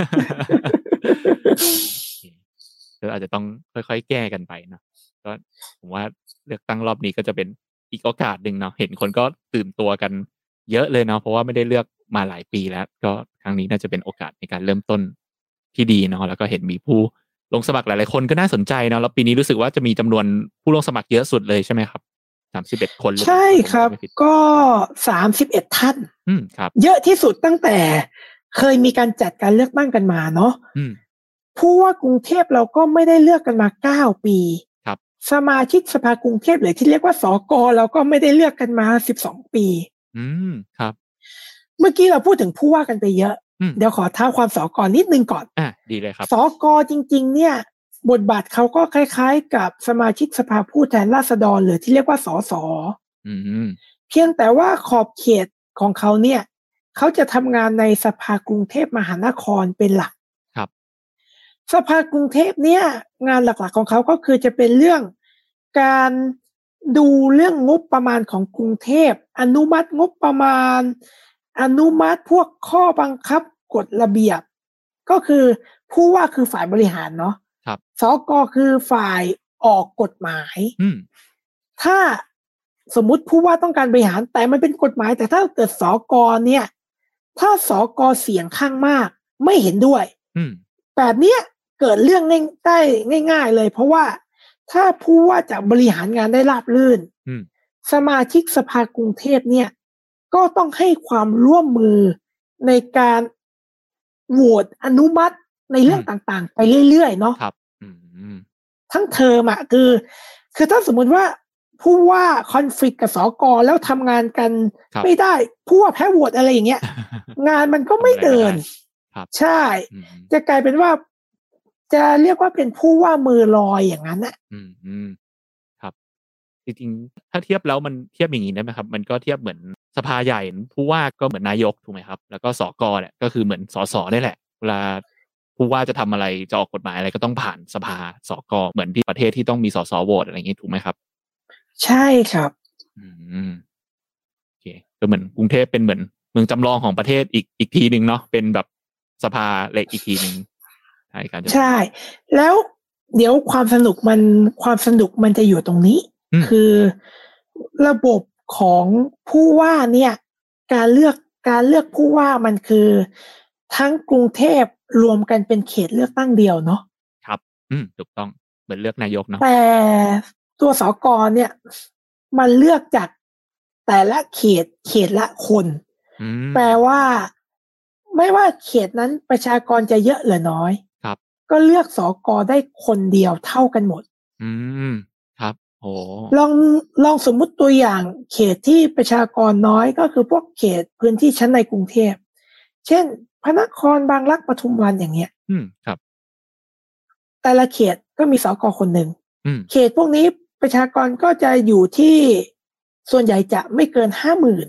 ก็อาจจะต้องค่อยๆแก้กันไปเนาะก็ผมว่าเลือกตั้งรอบนี้ก็จะเป็นอีกโอกาสหนึ่งเนาะเห็นคนก็ตื่นตัวกันเยอะเลยเนาะเพราะว่าไม่ได้เลือกมาหลายปีแล้วก็ครั้งนี้น่าจะเป็นโอกาสในการเริ่มต้นที่ดีเนาะแล้วก็เห็นมีผู้ลงสมัครหลายๆคนก็น่าสนใจเนาะแล้วปีนี้รู้สึกว่าจะมีจำนวนผู้ลงสมัครเยอะสุดเลยใช่ไหมครับสามสิบเอ็ดคนใช่ครับก็สามสิบเอ็ดท่านอืมครับเยอะที่สุดตั้งแต่เคยมีการจัดการเลือกตั้งกันมาเนาะผู้ว่ากรุงเทพเราก็ไม่ได้เลือกกันมาเก้าปีครับสมาชิกสภากรุงเทพหรือที่เรียกว่าสกเราก็ไม่ได้เลือกกันมาสิบสองปีอืมครับเมื่อกี้เราพูดถึงผู้ว่ากันไปเยอะเดี๋ยวขอท้าความสกนิดนึงก่อนอ่ะดีเลยครับสกจริงๆเนี่ยบทบาทเขาก็คล้ายๆกับสมาชิกสภาผู้แทนราษฎรหรือที่เรียกว่าสสเพียงแต่ว่าขอบเขตของเขาเนี่ยเขาจะทำงานในสภากรุงเทพมหานครเป็นหลักครับสภากรุงเทพเนี่ยงานหลักๆของเขาก็คือจะเป็นเรื่องการดูเรื่องงบประมาณของกรุงเทพอนุมัติงบประมาณอนุมัติพวกข้อบังคับกฎระเบียบก็คือผู้ว่าคือฝ่ายบริหารเนาะสกคือฝ่ายออกกฎหมายถ้าสมมุติผู้ว่าต้องการบริหารแต่มันเป็นกฎหมายแต่ถ้าเกิดสกเนี่ยถ้าสกเสียงข้างมากไม่เห็นด้วยแบบเนี้ยเกิดเรื่องได้ง่ายๆเลยเพราะว่าถ้าผู้ว่าจะบริหารงานได้ราบรื่นสมาชิกสภากรุงเทพเนี่ยก็ต้องให้ความร่วมมือในการโหวตอนุมัติในเรื่องต่างๆไปเรื่อยๆเนาะทั้งเทอมอ่ะคือคือถ้าสมมติว่าผู้ว่าคอนฟลิกต์กับสกแล้วทำงานกันไม่ได้ผู้ว่าแพ้โหวตอะไรอย่างเงี้ยงานมันก็ไม่เดินใช่จะกลายเป็นว่าจะเรียกว่าเป็นผู้ว่ามือลอยอย่างนั้นน่ะอืมครับจริงๆถ้าเทียบแล้วมันเทียบอย่างนี้ได้ไหมครับมันก็เทียบเหมือนสภาใหญ่ผู้ว่าก็เหมือนนายกถูกไหมครับแล้วก็สกเนี่ยก็คือเหมือนสสนี่แหละเวลาผู้ว่าจะทำอะไรจะออกกฎหมายอะไรก็ต้องผ่านสภาสกเหมือนที่ประเทศที่ต้องมีสสโหวตอะไรอย่างนี้ถูกไหมครับใช่ครับอืมโอเคก็เหมือนกรุงเทพเป็นเหมือนเมืองจำลองของประเทศอีกอีกทีนึงเนาะเป็นแบบสภาเล็กอีกทีนึงใช่การใช่แล้วเดี๋ยวความสนุกมันความสนุกมันจะอยู่ตรงนี้คือระบบของผู้ว่าเนี่ยการเลือกการเลือกผู้ว่ามันคือทั้งกรุงเทพรวมกันเป็นเขตเลือกตั้งเดียวเนาะครับอืมถูกต้องเหมือนเลือกนายกเนาะแต่ตัวสกเนี่ยมันเลือกจากแต่ละเขตเขตละคนแปลว่าไม่ว่าเขตนั้นประชากรจะเยอะหรือน้อยครับก็เลือกสกได้คนเดียวเท่ากันหมดอืมครับโอ้ลองลองสมมุติตัวอย่างเขตที่ประชากรน้อยก็คือพวกเขตพื้นที่ชั้นในกรุงเทพเช่นพระนครบางรักปทุมวันอย่างเงี้ยอืมครับแต่ละเขตก็มีสกคนหนึ่งเขตพวกนี้ประชากรก็จะอยู่ที่ส่วนใหญ่จะไม่เกินห้าหมื่น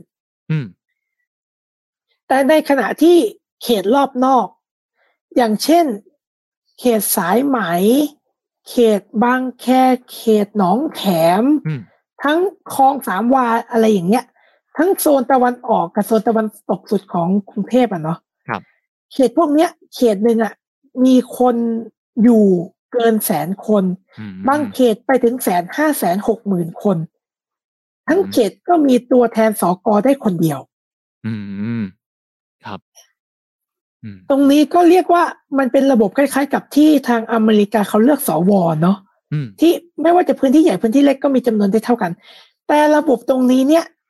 แต่ในขณะที่เขตรอบนอกอย่างเช่นเขตสายไหมเขตบางแคเขตหนองแขมทั้งคลองสามวาอะไรอย่างเงี้ยทั้งโซนตะวันออกกับโซนตะวันตกสุดของกรุงเทพอ่ะเนาะเขตพวกเนี้ยเขตหนึ่งอ่ะมีคนอยู่เกินแสนคนบางเขตไปถึงแสนห้าแสนหกหมื่นคนทั้งเขตก็มีตัวแทนสกได้คนเดียวอืมครับตรงนี้ก็เรียกว่ามันเป็นระบบคล้ายๆกับที่ทางอเมริกาเขาเลือกสวเนาะที่ไม่ว่าจะพื้นที่ใหญ่พื้นที่เล็กก็มีจำนวนได้เท่ากันแต่ระบบตรงนี้เนี่ย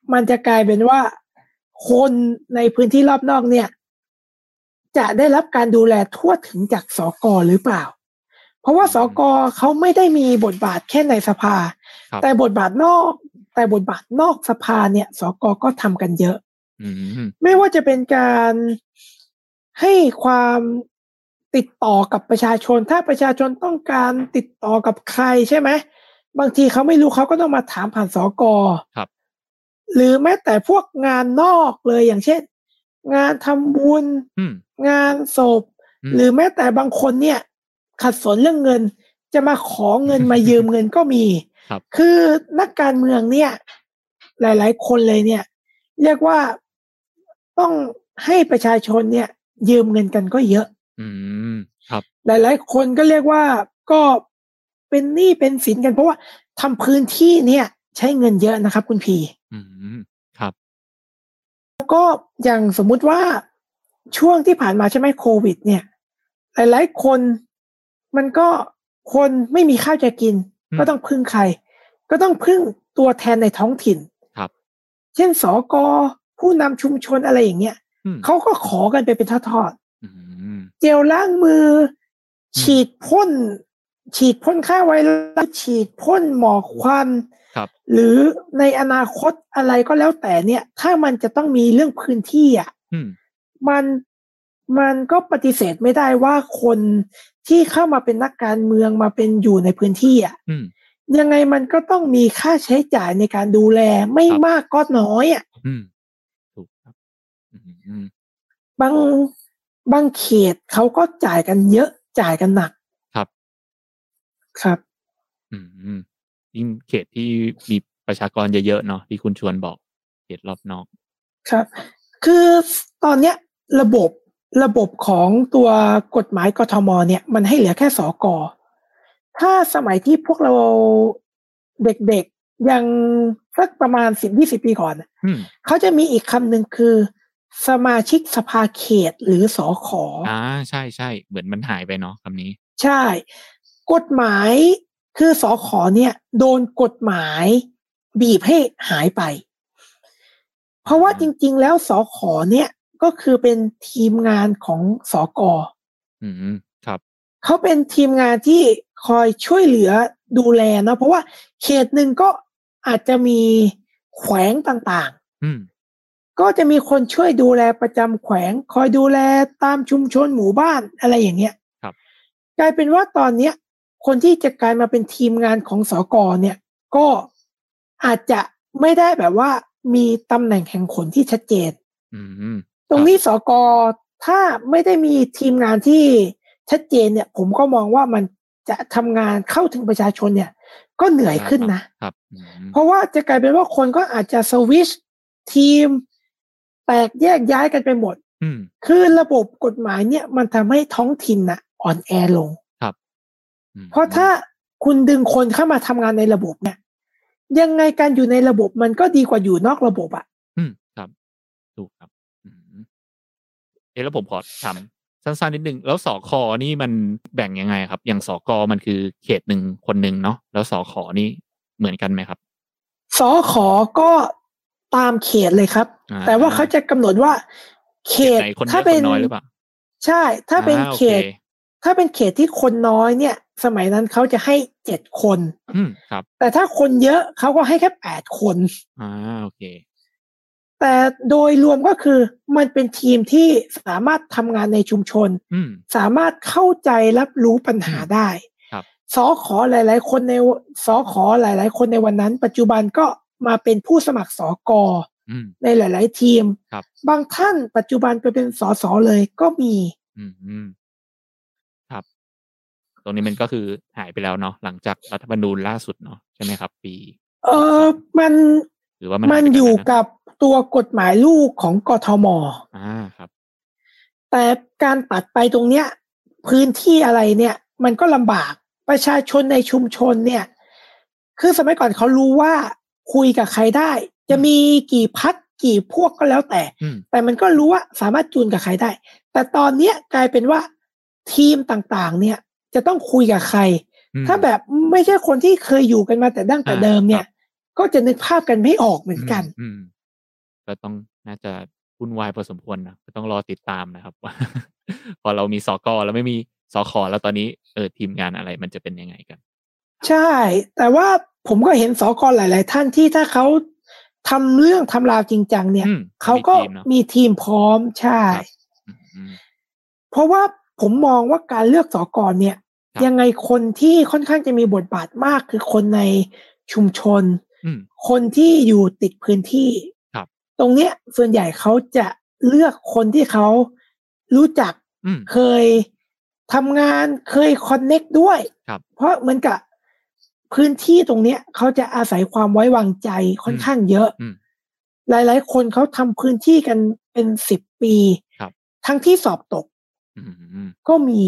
มันจะกลายเป็นว่าคนในพื้นที่รอบนอกเนี่ยจะได้รับการดูแลทั่วถึงจากสกหรือเปล่าเพราะว่าสกเขาไม่ได้มีบทบาทแค่ในสภาแต่บทบาทนอกแต่บทบาทนอกสภาเนี่ยสกก็ทำกันเยอะไม่ว่าจะเป็นการให้ความติดต่อกับประชาชนถ้าประชาชนต้องการติดต่อกับใครใช่ไหมบางทีเขาไม่รู้เขาก็ต้องมาถามผ่านสกครับหรือแม้แต่พวกงานนอกเลยอย่างเช่นงานทำบุญงานศพหรือแม้แต่บางคนเนี่ยขัดสนเรื่องเงินจะมาขอเงินมายืมเงินก็มี คือนักการเมืองเนี่ยหลายๆคนเลยเนี่ยเรียกว่าต้องให้ประชาชนเนี่ยยืมเงินกันก็เยอะอืมครับหลายๆคนก็เรียกว่าก็เป็นหนี้เป็นสินกันเพราะว่าทำพื้นที่เนี่ยใช้เงินเยอะนะครับคุณพีอืมครับแล้วก็อย่างสมมุติว่าช่วงที่ผ่านมาใช่ไหมโควิดเนี่ยหลายๆคนมันก็คนไม่มีข้าวจะกินก็ต้องพึ่งใครก็ต้องพึ่งตัวแทนในท้องถิ่นครับเช่นสกผู้นำชุมชนอะไรอย่างเงี้ยเขาก็ขอกันไปเป็นทอดๆเจลล้างมือฉีดพ่นฉีดพ่นฆ่าไวรัสฉีดพ่นหมอกควันหรือในอนาคตอะไรก็แล้วแต่เนี่ยถ้ามันจะต้องมีเรื่องพื้นที่อ่ะมันมันก็ปฏิเสธไม่ได้ว่าคนที่เข้ามาเป็นนักการเมืองมาเป็นอยู่ในพื้นที่อ่ะยังไงมันก็ต้องมีค่าใช้จ่ายในการดูแลไม่มากก็น้อยอ่ะถูกครับบางบางเขตเขาก็จ่ายกันเยอะจ่ายกันหนักครับครับอืมยิ่งเขตที่มีประชากรเยอะๆเนาะที่คุณชวนบอกเขตรอบนอกครับคือตอนเนี้ยระบบระบบของตัวกฎหมายกทมเนี่ยมันให้เหลือแค่สกถ้าสมัยที่พวกเราเด็กๆยังสักประมาณ สิบถึงยี่สิบ ปีก่อนเขาจะมีอีกคำหนึ่งคือสมาชิกสภาเขตหรือสขอ่าใช่ๆเหมือนมันหายไปเนาะคำนี้ใช่กฎหมายคือสขเนี่ยโดนกฎหมายบีบให้หายไปเพราะว่าจริงๆแล้วสขเนี่ยก็คือเป็นทีมงานของสกอืมครับเขาเป็นทีมงานที่คอยช่วยเหลือดูแลนะเพราะว่าเขตหนึ่งก็อาจจะมีแขวงต่างๆก็จะมีคนช่วยดูแลประจำแขวงคอยดูแลตามชุมชนหมู่บ้านอะไรอย่างเงี้ยครับกลายเป็นว่าตอนเนี้ยคนที่จะกลายมาเป็นทีมงานของสกเนี่ยก็อาจจะไม่ได้แบบว่ามีตำแหน่งแห่งขนที่ชัดเจนตรงนี้สกถ้าไม่ได้มีทีมงานที่ชัดเจนเนี่ยผมก็มองว่ามันจะทำงานเข้าถึงประชาชนเนี่ยก็เหนื่อยขึ้นนะครับเพราะว่าจะกลายเป็นว่าคนก็อาจจะสวิชทีมแตกแยกย้ายกันไปหมดคือระบบกฎหมายเนี่ยมันทำให้ท้องถิ่นน่ะอ่อนแอลงครับเพราะถ้าคุณดึงคนเข้ามาทำงานในระบบเนี่ยยังไงการอยู่ในระบบมันก็ดีกว่าอยู่นอกระบบอ่ะอืมครับถูกครับเอ๊ะแล้วผมขอถามสั้นๆนิดนึงแล้วสคนี่มันแบ่งยังไงครับอย่างสกมันคือเขตหนึ่งคนหนึ่งเนาะแล้วสคนี่เหมือนกันไหมครับสคก็ตามเขตเลยครับแต่ว่าเขาจะกำหนดว่าเขตถ้าเป็นน้อยหรือเปล่าใช่ถ้าเป็นเขตถ้าเป็นเขตที่คนน้อยเนี่ยสมัยนั้นเขาจะให้เจ็ดคนอืมครับแต่ถ้าคนเยอะเขาก็ให้แค่แปดคนอ่าโอเคแต่โดยรวมก็คือมันเป็นทีมที่สามารถทำงานในชุมชนสามารถเข้าใจรับรู้ปัญหาได้สขหลายๆคนในสขหลายๆคนในวันนั้นปัจจุบันก็มาเป็นผู้สมัครสกในหลายๆทีมบางท่านปัจจุบันไปเป็นสสเลยก็มีครับตรงนี้มันก็คือหายไปแล้วเนาะหลังจากรัฐธรรมนูญล่าสุดเนาะใช่ไหมครับปีเออมันหรือว่ามันมันอยู่กับตัวกฎหมายลูกของกทมอ่าครับแต่การตัดไปตรงเนี้ยพื้นที่อะไรเนี่ยมันก็ลำบากประชาชนในชุมชนเนี่ยคือสมัยก่อนเขารู้ว่าคุยกับใครได้จะมีกี่พรรคกี่พวกก็แล้วแต่แต่มันก็รู้ว่าสามารถจูนกับใครได้แต่ตอนเนี้ยกลายเป็นว่าทีมต่างๆเนี่ยจะต้องคุยกับใครถ้าแบบไม่ใช่คนที่เคยอยู่กันมาแต่ดั้งแต่เดิมเนี่ยก็จะนึกภาพกันไม่ออกเหมือนกันก็ต้องน่าจะวุ่นวายพอสมควรนะก็ต้องรอติดตามนะครับ ว่า พอเรามีสกแล้วไม่มีสคแล้วตอนนี้เออทีมงานอะไรมันจะเป็นยังไงกันใช่แต่ว่าผมก็เห็นสกหลายๆท่านที่ถ้าเขาทำเรื่องทำราวจริงจังเนี่ยเขาก็มีทีมพร้อมใช่เพราะว่าผมมองว่าการเลือกสกเนี่ยยังไงคนที่ค่อนข้างจะมีบทบาทมากคือคนในชุมชนคนที่อยู่ติดพื้นที่ตรงเนี้ยส่วนใหญ่เขาจะเลือกคนที่เขารู้จักเคยทำงานเคยคอนเน็กด้วยเพราะเหมือนกับพื้นที่ตรงเนี้ยเขาจะอาศัยความไว้วางใจค่อนข้างเยอะหลายๆคนเขาทำพื้นที่กันเป็นสิบปีทั้งที่สอบตกก็มี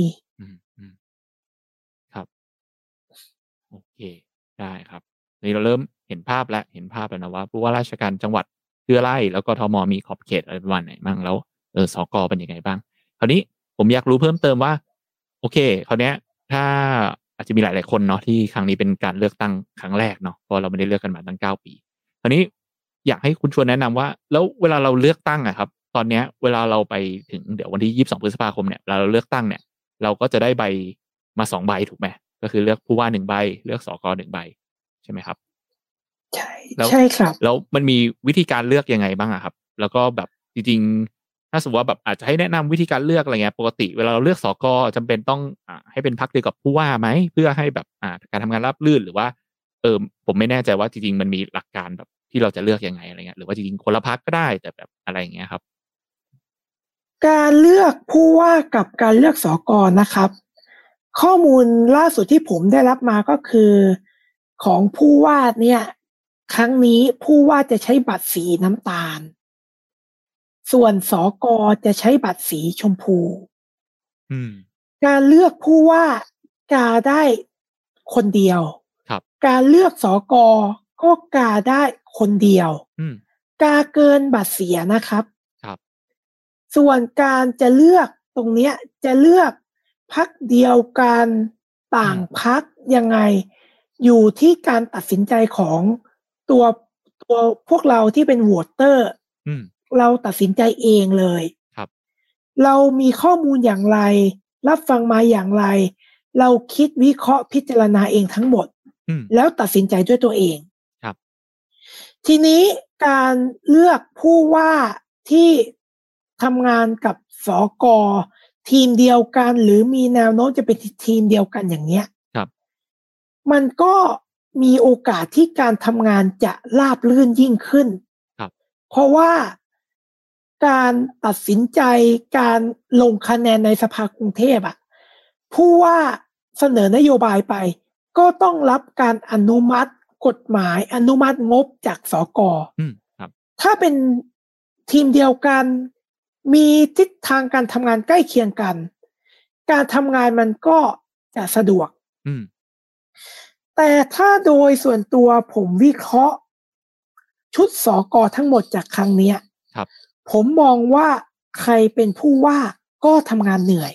ครับโอเคได้ครับนี่เราเริ่มเห็นภาพแล้วเห็นภาพแล้วนะว่าผู้ว่าราชการจังหวัดคืออะไรแล้วก็ทมมีขอบเขตอะไรประมาณไหนบ้างแล้วเออสกเป็นยังไงบ้างคราวนี้ผมอยากรู้เพิ่มเติมว่าโอเคคราวเนี้ยถ้าอาจจะมีหลายๆคนเนาะที่ครั้งนี้เป็นการเลือกตั้งครั้งแรกเนาะเพราะเราไม่ได้เลือกกันมาตั้งเก้าปีคราวนี้อยากให้คุณชวนแนะนำว่าแล้วเวลาเราเลือกตั้งอะครับตอนเนี้ยเวลาเราไปถึงเดี๋ยววันที่ยี่สิบสองพฤษภาคมเนี่ยเวลาเราเลือกตั้งเนี่ยเราก็จะได้ใบมาสองใบถูกไหมก็คือเลือกผู้ว่าหนึ่งใบเลือกสกหนึ่งใบใช่ไหมครับใช่ใช่ครับแล้วมันมีวิธีการเลือกยังไงบ้างอะครับแล้วก็แบบจริงๆถ้าสมมติว่าแบบอาจจะให้แนะนำวิธีการเลือกอะไรเงี้ยปกติเวลาเราเลือกสกจำเป็นต้องอ่าให้เป็นพรรคเดียวกับผู้ว่าไหมเพื่อให้แบบอ่าการทำงานราบรื่นหรือว่าเออผมไม่แน่ใจว่าจริงๆมันมีหลักการแบบที่เราจะเลือกยังไงอะไรเงี้ยหรือว่าจริงๆคนละพรรคก็ได้แต่แบบอะไรอย่างเงี้ยครับการเลือกผู้ว่ากับการเลือกสกนะครับข้อมูลล่าสุดที่ผมได้รับมาก็คือของผู้ว่าเนี่ยครั้งนี้ผู้ว่าจะใช้บัตรสีน้ำตาลส่วนสกจะใช้บัตรสีชมพูการเลือกผู้ว่ากาได้คนเดียวการเลือกสกก็กาได้คนเดียวกาเกินบัตรเสียนะครับส่วนการจะเลือกตรงเนี้ยจะเลือกพรรคเดียวกันต่างพรรคยังไงอยู่ที่การตัดสินใจของตัวตัวพวกเราที่เป็นโหวตเตอร์เราตัดสินใจเองเลยเรามีข้อมูลอย่างไรรับฟังมาอย่างไรเราคิดวิเคราะห์พิจารณาเองทั้งหมดแล้วตัดสินใจด้วยตัวเองทีนี้การเลือกผู้ว่าที่ทำงานกับสกทีมเดียวกันหรือมีแนวโน้มจะเป็นทีมเดียวกันอย่างเนี้ยมันก็มีโอกาสที่การทำงานจะราบรื่นยิ่งขึ้นเพราะว่าการตัดสินใจการลงคะแนนในสภากรุงเทพอ่ะผู้ว่าเสนอนโยบายไปก็ต้องรับการอนุมัติกฎหมายอนุมัติงบจากสกถ้าเป็นทีมเดียวกันมีทิศทางการทำงานใกล้เคียงกันการทำงานมันก็จะสะดวกแต่ถ้าโดยส่วนตัวผมวิเคราะห์ชุดสกทั้งหมดจากครั้งนี้ผมมองว่าใครเป็นผู้ว่าก็ทำงานเหนื่อย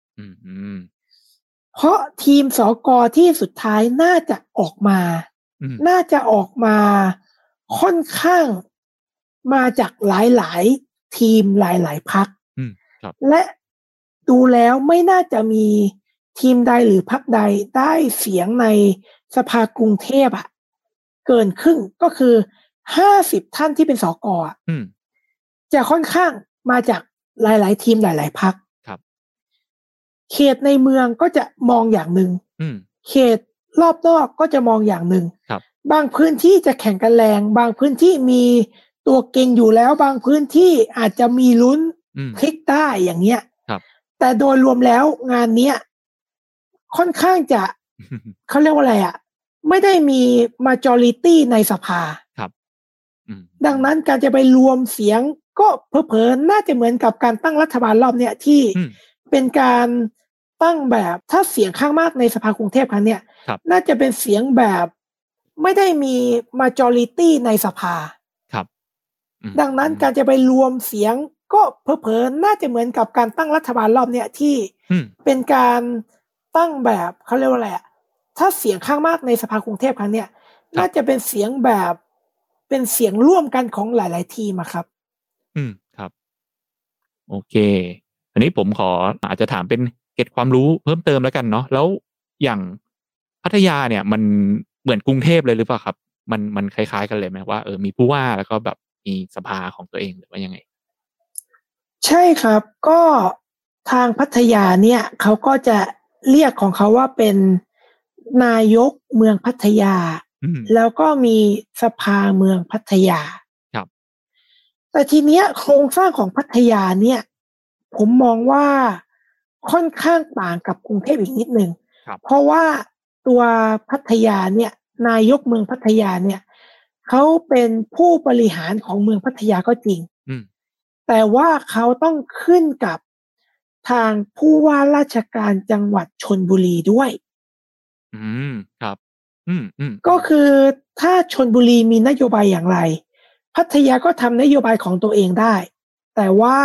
เพราะทีมสกที่สุดท้ายน่าจะออกมาน่าจะออกมาค่อนข้างมาจากหลายๆทีมหลายๆพรรคและดูแล้วไม่น่าจะมีทีมใดหรือพรรคใดได้เสียงในสภากรุงเทพอะเกินครึ่งก็คือห้าสิบท่านที่เป็นสกอ่ะจะค่อนข้างมาจากหลายๆทีมหลายๆพรรคเขตในเมืองก็จะมองอย่างหนึ่งเขตรอบนอกก็จะมองอย่างหนึ่งบางพื้นที่จะแข่งกันแรงบางพื้นที่มีตัวเก่งอยู่แล้วบางพื้นที่อาจจะมีลุ้นพลิกได้อย่างเงี้ยแต่โดยรวมแล้วงานเนี้ยค่อนข้างจะ เขาเรียกว่าอะไรอ่ะไม่ได้มี majority ในสภาดังนั้นการจะไปรวมเสียงก็เผลอๆน่าจะเหมือนกับการตั้งรัฐบาลรอบเนี้ยที่เป็นการตั้งแบบถ้าเสียงข้างมากในสภากรุงเทพครั้งเนี้ยน่าจะเป็นเสียงแบบไม่ได้มี majority ในสภาดังนั้นการจะไปรวมเสียงก็เผลอๆน่าจะเหมือนกับการตั้งรัฐบาลรอบเนี้ยที่เป็นการตั้งแบบเขาเรียกว่าอะไรถ้าเสียงข้างมากในสภากรุงเทพครั้งเนี้ยน่าจะเป็นเสียงแบบเป็นเสียงร่วมกันของหลายๆทีมอะครับอืมครับโอเคอันนี้ผมขออาจจะถามเป็นเกร็ดความรู้เพิ่มเติมแล้วกันเนาะแล้วอย่างพัทยาเนี่ยมันเหมือนกรุงเทพเลยหรือเปล่าครับมันมันคล้ายๆกันเลยไหมว่าเออมีผู้ว่าแล้วก็แบบมีสภาของตัวเองหรือว่ายังไงใช่ครับก็ทางพัทยาเนี่ยเขาก็จะเรียกของเขาว่าเป็นนายกเมืองพัทยาอืมแล้วก็มีสภาเมืองพัทยาครับแต่ทีเนี้ยโครงสร้างของพัทยาเนี่ยผมมองว่าค่อนข้างต่างกับกรุงเทพอีกนิดนึงครับเพราะว่าตัวพัทยาเนี่ยนายกเมืองพัทยาเนี่ยเขาเป็นผู้บริหารของเมืองพัทยาก็จริงอืมแต่ว่าเขาต้องขึ้นกับทางผู้ว่าราชการจังหวัดชลบุรีด้วยอืมครับอืมอืมอืก็มคือถ้าชลบุรีมีนโยบายอย่างไรพัทยาก็ทำนโยบายของตัวเองได้แต่ว่า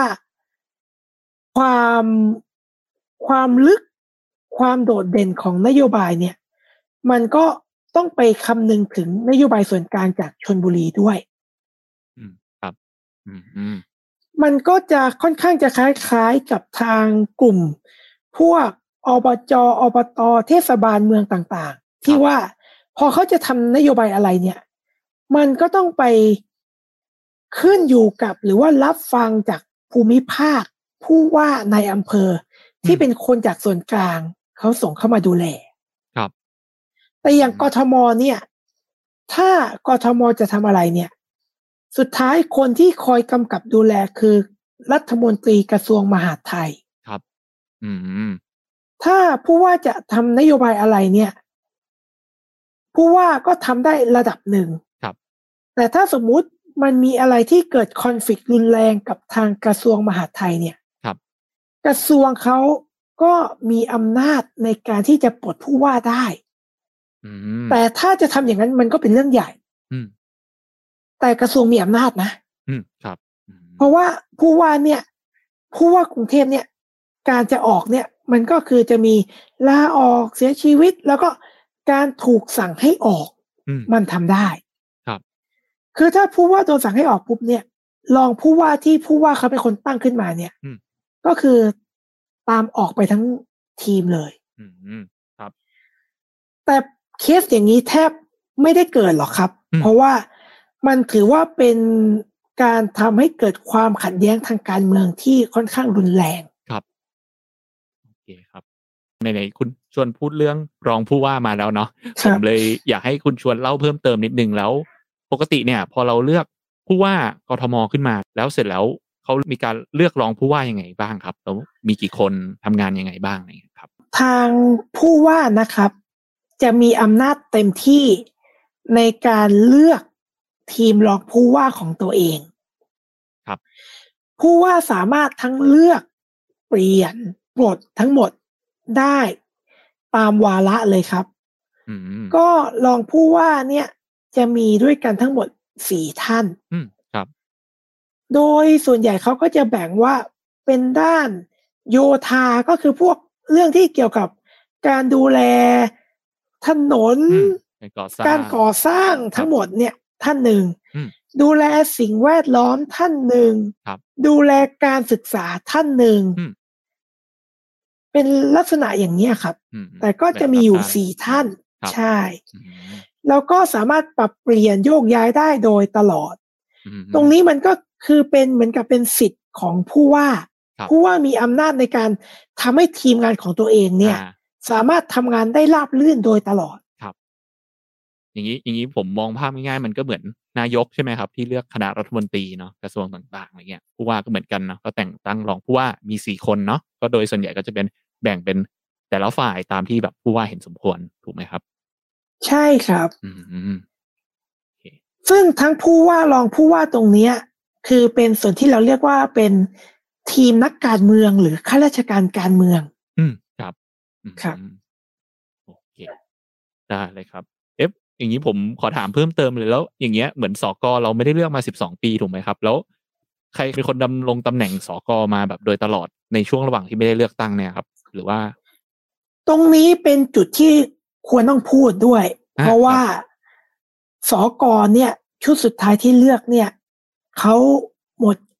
ความความลึกความโดดเด่นของนโยบายเนี่ยมันก็ต้องไปคำนึงถึงนโยบายส่วนกลางจากชลบุรีด้วยอืมครับอืมอืมมันก็จะค่อนข้างจะคล้ายๆกับทางกลุ่มพวกอบจอบตเทศบาลเมืองต่างๆครับที่ว่าพอเขาจะทำนโยบายอะไรเนี่ยมันก็ต้องไปขึ้นอยู่กับหรือว่ารับฟังจากภูมิภาคผู้ว่าในอำเภออืที่มเป็นคนจากส่วนกลางเขาส่งเข้ามาดูแลครับแต่อย่างอืมกทมเนี่ยถ้ากทมจะทำอะไรเนี่ยสุดท้ายคนที่คอยกำกับดูแลคือรัฐมนตรีกระทรวงมหาดไทยครับอืมถ้าผู้ว่าจะทำนโยบายอะไรเนี่ยผู้ว่าก็ทำได้ระดับหนึ่งครับแต่ถ้าสมมุติมันมีอะไรที่เกิดคอนฟลิกต์รุนแรงกับทางกระทรวงมหาดไทยเนี่ยครับกระทรวงเขาก็มีอำนาจในการที่จะปลดผู้ว่าได้อืมแต่ถ้าจะทำอย่างนั้นมันก็เป็นเรื่องใหญ่อืมแต่กระทรวงมีอำนาจนะอืมครับอืมเพราะว่าผู้ว่าเนี่ยผู้ว่ากรุงเทพเนี่ยการจะออกเนี่ยมันก็คือจะมีลาออกเสียชีวิตแล้วก็การถูกสั่งให้ออกอืมมันทำได้ครับคือถ้าผู้ว่าโดนสั่งให้ออกปุ๊บเนี่ยรองผู้ว่าที่ผู้ว่าเขาเป็นคนตั้งขึ้นมาเนี่ยอืมก็คือตามออกไปทั้งทีมเลยอืมอืมครับแต่เคสอย่างนี้แทบไม่ได้เกิดหรอกครับอืมเพราะว่ามันถือว่าเป็นการทำให้เกิดความขัดแย้งทางการเมืองที่ค่อนข้างรุนแรงครับโอเคครับไหนๆคุณชวนพูดเรื่องรองผู้ว่ามาแล้วเนาะครับผมเลยอยากให้คุณชวนเล่าเพิ่มเติมนิดนึงแล้วปกติเนี่ยพอเราเลือกผู้ว่ากทมขึ้นมาแล้วเสร็จแล้วเขามีการเลือกรองผู้ว่ายังไงบ้างครับแล้วมีกี่คนทำงานยังไงบ้างอะไรอย่างเงี้ยครับทางผู้ว่านะครับจะมีอำนาจเต็มที่ในการเลือกทีมรองผู้ว่าของตัวเองครับผู้ว่าสามารถทั้งเลือกเปลี่ยนปลดทั้งหมดได้ตามวาระเลยครับอืมก็รองผู้ว่าเนี่ยจะมีด้วยกันทั้งหมดสี่ท่านอืมครับโดยส่วนใหญ่เขาก็จะแบ่งว่าเป็นด้านโยธาก็คือพวกเรื่องที่เกี่ยวกับการดูแลถนนอืมเป็นก่อสร้างการก่อสร้างครับทั้งหมดเนี่ยท่านหนึ่งอืมดูแลสิ่งแวดล้อมท่านหนึ่งครับดูแลการศึกษาท่านหนึ่งอืมเป็นลักษณะอย่างนี้ครับอืมแต่ก็แบ่จะมีอยู่งตามด้านสี่ท่านครับใช่อืมแล้วก็สามารถปรับเปลี่ยนโยกย้ายได้โดยตลอดอืมตรงนี้มันก็คือเป็นเหมือนกับเป็นสิทธิ์ของผู้ว่าครับผู้ว่ามีอำนาจในการทำให้ทีมงานของตัวเองเนี่ยอ่าสามารถทำงานได้ราบรื่นโดยตลอดครับอย่างนี้อย่างนี้ผมมองภาพง่ายๆมันก็เหมือนนายกใช่ไหมครับที่เลือกคณะรัฐมนตรีเนาะกระทรวงต่างๆอะไรเงี้ยผู้ว่าก็เหมือนกันเนาะก็แต่งตั้งรองผู้ว่ามีสี่คนเนาะก็โดยส่วนใหญ่ก็จะเป็นแบ่งเป็นแต่ละฝ่ายตามที่แบบผู้ว่าเห็นสมควรถูกไหมครับใช่ครับอืมโอเคซึ่งทั้งผู้ว่ารองผู้ว่าตรงเนี้ยคือเป็นส่วนที่เราเรียกว่าเป็นทีมนักการเมืองหรือข้าราชการการเมืองอืมครับอืครับมโอเคได้เลยครับเอฟอย่างนี้ผมขอถามเพิ่มเติมเลยแล้วอย่างเงี้ยเหมือนสกเราไม่ได้เลือกมาสิบสองปีถูกไหมครับแล้วใครเป็นคนดำรงตำแหน่งสกมาแบบโดยตลอดในช่วงระหว่างที่ไม่ได้เลือกตั้งเนี่ยครับหรือว่าตรงนี้เป็นจุดที่ควรต้องพูดด้วยเพอ่ะราะว่าครับสกเนี่ยชุดสุดท้ายที่เลือกเนี่ยเขาหมด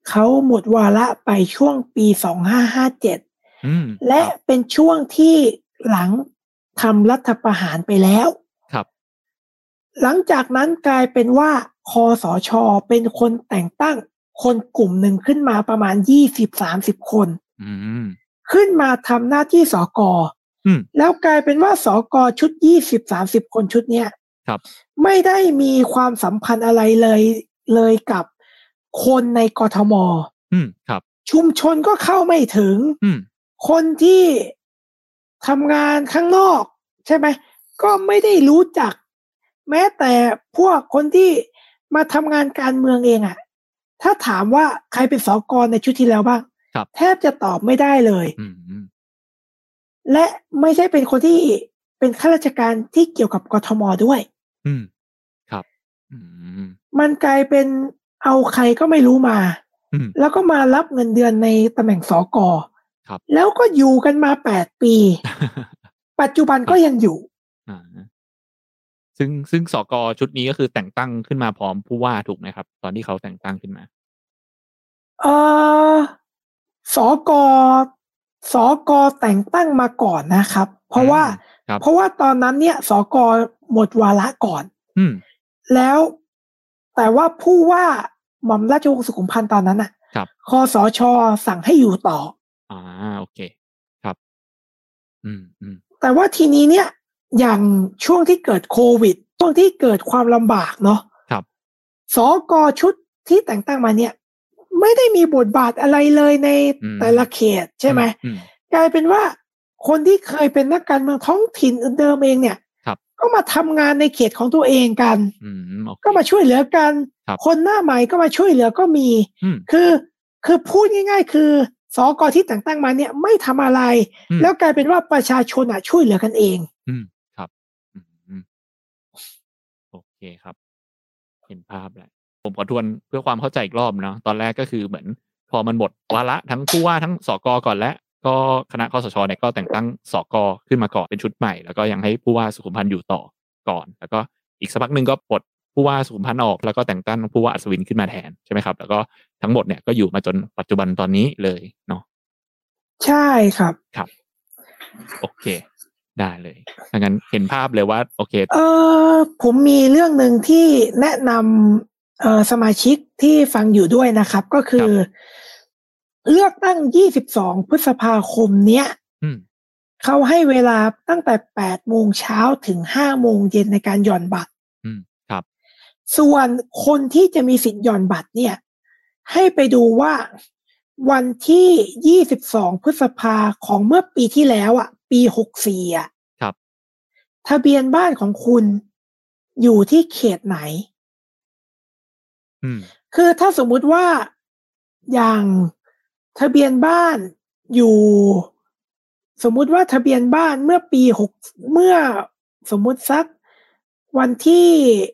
เขาหมดวาระไปช่วงปีสองพันห้าร้อยห้าสิบเจ็ดอืมและเป็นช่วงที่หลังทำรัฐประหารไปแล้วครับหลังจากนั้นกลายเป็นว่าคสช.เป็นคนแต่งตั้งคนกลุ่มหนึ่งขึ้นมาประมาณ ยี่สิบถึงสามสิบ คนอืมขึ้นมาทำหน้าที่สก. อืมแล้วกลายเป็นว่าสก.ชุด ยี่สิบถึงสามสิบ คนชุดเนี้ยครับไม่ได้มีความสัมพันธ์อะไรเลยเลยกับคนในกทม. อืมครับชุมชนก็เข้าไม่ถึงอืมคนที่ทำงานข้างนอกใช่ไหมก็ไม่ได้รู้จักแม้แต่พวกคนที่มาทำงานการเมืองเองอ่ะถ้าถามว่าใครเป็นสก.ในชุดที่แล้วบ้างแทบจะตอบไม่ได้เลยและไม่ใช่เป็นคนที่เป็นข้าราชการที่เกี่ยวกับกทม.ด้วยอืมครับอืมมันกลายเป็นเอาใครก็ไม่รู้มาแล้วก็มารับเงินเดือนในตำแหน่งสก.แล้วก็อยู่กันมาแปดปี ปัจจุบันก็ยังอยู่ซึ่งซึ่งสก.ชุดนี้ก็คือแต่งตั้งขึ้นมาพร้อมผู้ว่าถูกไหมครับตอนที่เขาแต่งตั้งขึ้นมาเออสก.สก.แต่งตั้งมาก่อนนะครับเพราะว่าเพราะว่าตอนนั้นเนี่ยสก.หมดวาระก่อนอืมแล้วแต่ว่าผู้ว่าหม่อมราชวงศ์สุขุมพันธ์ตอนนั้นน่ะคสช.สั่งให้อยู่ต่ออ่าโอเคครับอืมอืมแต่ว่าทีนี้เนี่ยอย่างช่วงที่เกิดโควิดช่วงที่เกิดความลำบากเนาะครับสก.ชุดที่แต่งตั้งมาเนี่ยไม่ได้มีบทบาทอะไรเลยในแต่ละเขตใช่ไหมกลายเป็นว่าคนที่เคยเป็นนักการเมืองท้องถิ่นเดิมเองเนี่ยก็มาทำงานในเขตของตัวเองกันก็มาช่วยเหลือกันคนหน้าใหม่ก็มาช่วยเหลือก็มีคือคือพูดง่ายๆคือสก.ที่แต่งตั้งมาเนี่ยไม่ทำอะไรแล้วกลายเป็นว่าประชาชนอ่ะช่วยเหลือกันเองอืมครับอืมโอเคครับเห็นภาพแล้วผมขอทวนเพื่อความเข้าใจอีกรอบเนาะตอนแรกก็คือเหมือนพอมันหมดวาระทั้งผู้ว่าทั้งสก.ก่อนและก็คณะคสช.เนี่ยก็แต่งตั้งสก.ขึ้นมาก่อนเป็นชุดใหม่แล้วก็ยังให้ผู้ว่าสุขุมพันธ์อยู่ต่อก่อนแล้วก็อีกสักพักนึงก็ปลดผู้ว่าสุขุมพันธ์ออกแล้วก็แต่งตั้งผู้ว่าอัศวินขึ้นมาแทนใช่ไหมครับแล้วก็ทั้งหมดเนี่ยก็อยู่มาจนปัจจุบันตอนนี้เลยเนาะใช่ครับครับโอเคได้เลยดังนั้นเห็นภาพเลยว่าโอเคเออผมมีเรื่องหนึ่งที่แนะนำเอ่อสมาชิกที่ฟังอยู่ด้วยนะครับก็คือเลือกตั้งยี่สิบสองพฤษภาคมเนี้ยเขาให้เวลาตั้งแต่แปดโมงเช้าถึงห้าโมงเย็นในการหย่อนบัตรครับส่วนคนที่จะมีสิทธิ์หย่อนบัตรเนี่ยให้ไปดูว่าวันที่ยี่สิบสองพฤษภาของเมื่อปีที่แล้วอ่ะปีหกสิบสี่อ่ะครับทะเบียนบ้านของคุณอยู่ที่เขตไหนคือถ้าสมมุติว่าอย่างทะเบียนบ้านอยู่สมมุติว่าทะเบียนบ้านเมื่อปีหกเมื่อสมมุติสักวันที่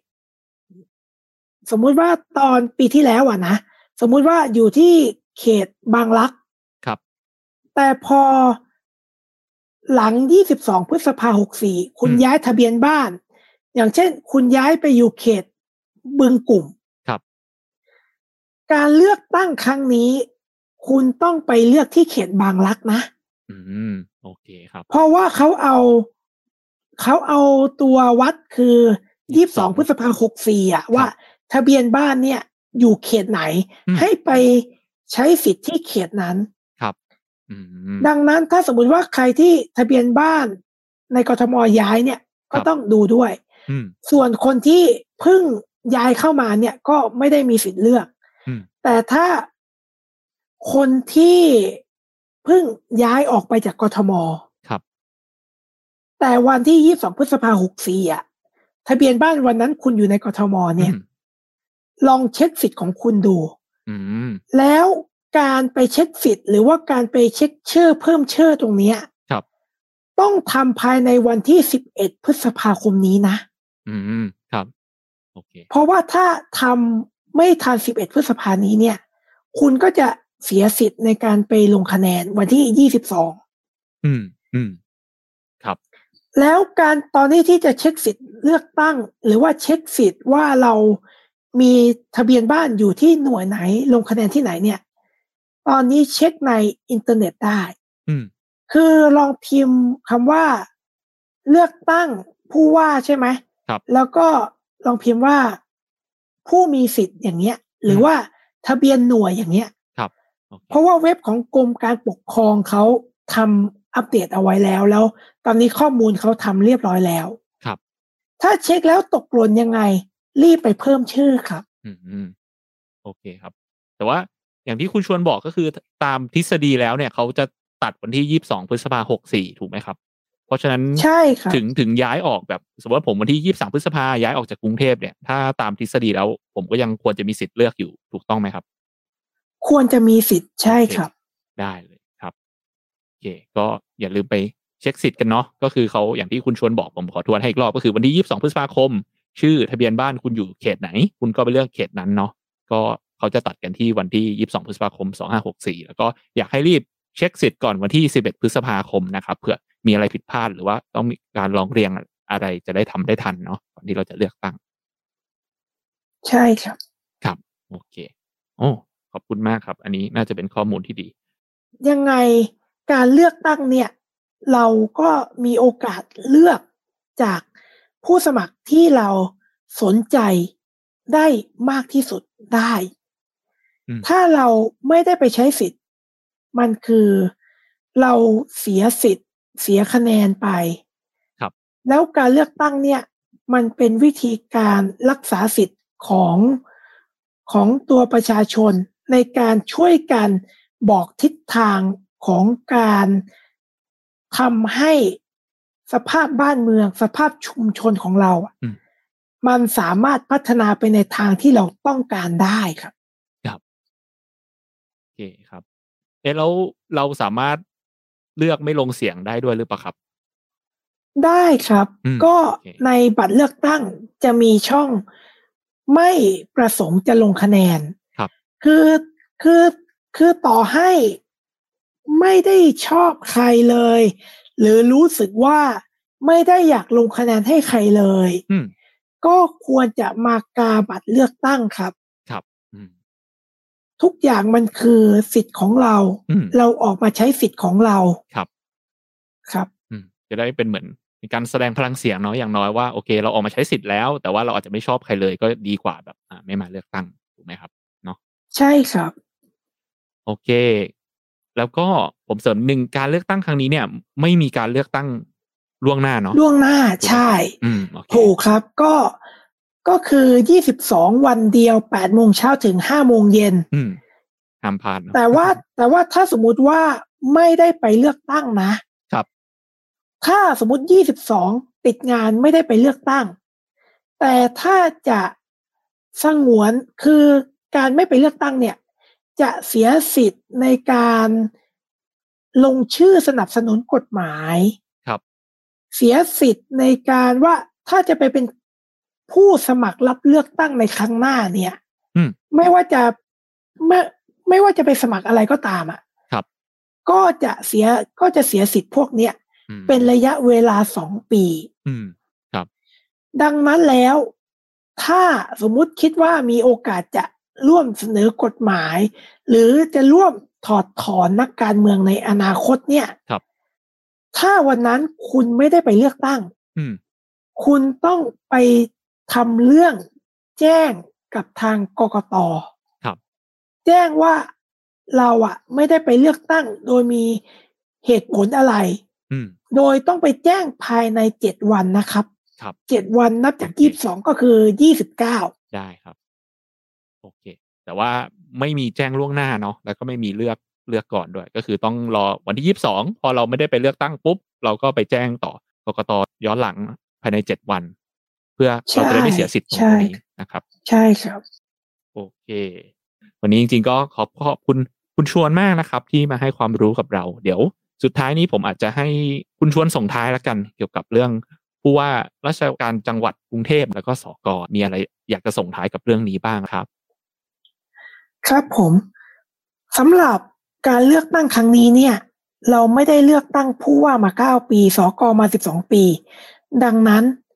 สมมุติว่าตอนปีที่แล้วอ่ะนะสมมุติว่าอยู่ที่เขตบางรักครับแต่พอหลังยี่สิบสองพฤษภาคมหกสิบสี่คุณย้ายทะเบียนบ้านอย่างเช่นคุณย้ายไปอยู่เขตบึงกลุ่มครับการเลือกตั้งครั้งนี้คุณต้องไปเลือกที่เขตบางรักนะอืมโอเคครับเพราะว่าเขาเอาเขาเอาตัววัดคือยี่สิบสองพฤษภาคมหกสิบสี่อ่ะว่าทะเบียนบ้านเนี่ยอยู่เขตไหนให้ไปใช้สิทธิ์ที่เขตนั้นครับดังนั้นถ้าสมมุติว่าใครที่ทะเบียนบ้านในกทมย้ายเนี่ยก็ต้องดูด้วยส่วนคนที่เพิ่งย้ายเข้ามาเนี่ยก็ไม่ได้มีสิทธิ์เลือกแต่ถ้าคนที่เพิ่งย้ายออกไปจากกทมครับแต่วันที่ยี่สิบสองพฤษภาคมหกสิบสี่อ่ะทะเบียนบ้านวันนั้นคุณอยู่ในกทมเนี่ยลองเช็คสิทธิ์ของคุณดูแล้วการไปเช็คสิทธิ์หรือว่าการไปเช็คชื่อเพิ่มชื่อตรงเนี้ยครับต้องทำภายในวันที่สิบเอ็ดพฤษภาคมนี้นะอืมครับโอเคเพราะว่าถ้าทำไม่ทันสิบเอ็ดพฤษภานี้เนี่ยคุณก็จะเสียสิทธิ์ในการไปลงคะแนนวันที่ยี่สิบสองอืมอืมครับแล้วการตอนนี้ที่จะเช็คสิทธิ์เลือกตั้งหรือว่าเช็คสิทธิ์ว่าเรามีทะเบียนบ้านอยู่ที่หน่วยไหนลงคะแนนที่ไหนเนี่ยตอนนี้เช็คในอินเทอร์เน็ตได้คือลองพิมพ์คำว่าเลือกตั้งผู้ว่าใช่ไหมครับแล้วก็ลองพิมพ์ว่าผู้มีสิทธิ์อย่างเงี้ยหรือว่าทะเบียนหน่วยอย่างเงี้ยครับ okay. เพราะว่าเว็บของกรมการปกครองเขาทำอัปเดตเอาไว้แล้วแล้วตอนนี้ข้อมูลเขาทำเรียบร้อยแล้วครับถ้าเช็คแล้วตกหล่นยังไงรีบไปเพิ่มชื่อครับอืมโอเคครับแต่ว่าอย่างที่คุณชวนบอกก็คือตามทฤษฎีแล้วเนี่ยเขาจะตัดวันที่ยี่สิบสองพฤษภาคมหกสิบสี่ถูกไหมครับเพราะฉะนั้นใช่ครับถึงถึงย้ายออกแบบสมมติว่าผมวันที่ยี่สิบสามพฤษภาย้ายออกจากกรุงเทพเนี่ยถ้าตามทฤษฎีแล้วผมก็ยังควรจะมีสิทธิ์เลือกอยู่ถูกต้องไหมครับควรจะมีสิทธิ์ใช่ครับได้เลยครับโอเคก็อย่าลืมไปเช็คสิทธิ์กันเนาะก็คือเขาอย่างที่คุณชวนบอกผมขอทวนให้อีกรอบก็คือวันที่ยี่สิบสองพฤษภาคมชื่อทะเบียนบ้านคุณอยู่เขตไหนคุณก็ไปเลือกเขตนั้นเนาะก็เขาจะตัดกันที่วันที่ยี่สิบสองพฤษภาคมสองพันห้าร้อยหกสิบสี่แล้วก็อยากให้รีบเช็คสิทธิ์ก่อนวันที่สิบเอ็ดพฤษภาคมนะครับเผื่อมีอะไรผิดพลาดหรือว่าต้องมีการร้องเรียนอะไรจะได้ทำได้ทันเนาะก่อนที่เราจะเลือกตั้งใช่ครับครับโอเคโอ้ขอบคุณมากครับอันนี้น่าจะเป็นข้อมูลที่ดียังไงการเลือกตั้งเนี่ยเราก็มีโอกาสเลือกจากผู้สมัครที่เราสนใจได้มากที่สุดได้ถ้าเราไม่ได้ไปใช้สิทธิ์มันคือเราเสียสิทธิ์เสียคะแนนไปครับแล้วการเลือกตั้งเนี่ยมันเป็นวิธีการรักษาสิทธิ์ของของตัวประชาชนในการช่วยกันบอกทิศทางของการทำให้สภาพบ้านเมืองสภาพชุมชนของเราอ่ะมันสามารถพัฒนาไปในทางที่เราต้องการได้ครับครับโอเคครับเอ๊ะแล้วเราสามารถเลือกไม่ลงเสียงได้ด้วยหรือเปล่าครับได้ครับก็ในบัตรเลือกตั้งจะมีช่องไม่ประสงค์จะลงคะแนนครับคือคือคือต่อให้ไม่ได้ชอบใครเลยหรือรู้สึกว่าไม่ได้อยากลงคะแนนให้ใครเลยก็ควรจะมากาบัตรเลือกตั้งครับครับทุกอย่างมันคือสิทธิ์ของเราเราออกมาใช้สิทธิ์ของเราครับครับจะได้เป็นเหมือนมีการแสดงพลังเสียงเนาะอย่างน้อยว่าโอเคเราออกมาใช้สิทธิ์แล้วแต่ว่าเราอาจจะไม่ชอบใครเลยก็ดีกว่าแบบอ่าไม่มาเลือกตั้งถูกไหมครับเนาะใช่ครับโอเคแล้วก็ผมเสริมหนึ่งการเลือกตั้งครั้งนี้เนี่ยไม่มีการเลือกตั้งล่วงหน้าเนาะล่วงหน้าใช่ถูกครับก็ก็คือยี่สิบสองวันเดียวแปดโมงเช้าถึงห้าโมงเย็นห้ามพลาดแต่ว่าแต่ว่าถ้าสมมุติว่าไม่ได้ไปเลือกตั้งนะครับถ้าสมมุติยี่สิบสองติดงานไม่ได้ไปเลือกตั้งแต่ถ้าจะสงวนคือการไม่ไปเลือกตั้งเนี่ยจะเสียสิทธิ์ในการลงชื่อสนับสนุนกฎหมายครับเสียสิทธิ์ในการว่าถ้าจะไปเป็นผู้สมัครรับเลือกตั้งในครั้งหน้าเนี่ยไม่ว่าจะไม่ไม่ว่าจะไปสมัครอะไรก็ตามอ่ะครับก็จะเสียก็จะเสียสิทธิ์พวกเนี้ยเป็นระยะเวลาสองปีอืมครับดังนั้นแล้วถ้าสมมุติคิดว่ามีโอกาสจะร่วมเสนอกฎหมายหรือจะร่วมถอดถอนนักการเมืองในอนาคตเนี่ยครับถ้าวันนั้นคุณไม่ได้ไปเลือกตั้งคุณต้องไปทำเรื่องแจ้งกับทางกกต. ครับแจ้งว่าเราอ่ะไม่ได้ไปเลือกตั้งโดยมีเหตุผลอะไรโดยต้องไปแจ้งภายในเจ็ดวันนะครับครับเจ็ดวันนับจากยี่สิบสองก็คือยี่สิบเก้าได้ครับโอเคแต่ว่าไม่มีแจ้งล่วงหน้าเนาะแล้วก็ไม่มีเลือกเลือกก่อนด้วยก็คือต้องรอวันที่ยี่สิบสองพอเราไม่ได้ไปเลือกตั้งปุ๊บเราก็ไปแจ้งต่อกกต.ย้อนหลังภายในเจ็ดวันเพื่อเราจะได้ไม่เสียสิทธิ์ตรงนี้นะครับใช่ครับโอเควันนี้จริงๆก็ขอบขอบคุณคุณชวนมากนะครับที่มาให้ความรู้กับเราเดี๋ยวสุดท้ายนี้ผมอาจจะให้คุณชวนส่งท้ายแล้วกันเกี่ยวกับเรื่องผู้ว่าราชการจังหวัดกรุงเทพแล้วก็สก.มีอะไรอยากจะส่งท้ายกับเรื่องนี้บ้างครับครับผมสำหรับการเลือกตั้งครั้งนี้เนี่ยเราไม่ได้เลือกตั้งผู้ว่ามาเก้าปีสก.มาสิบสองปีดังนั้น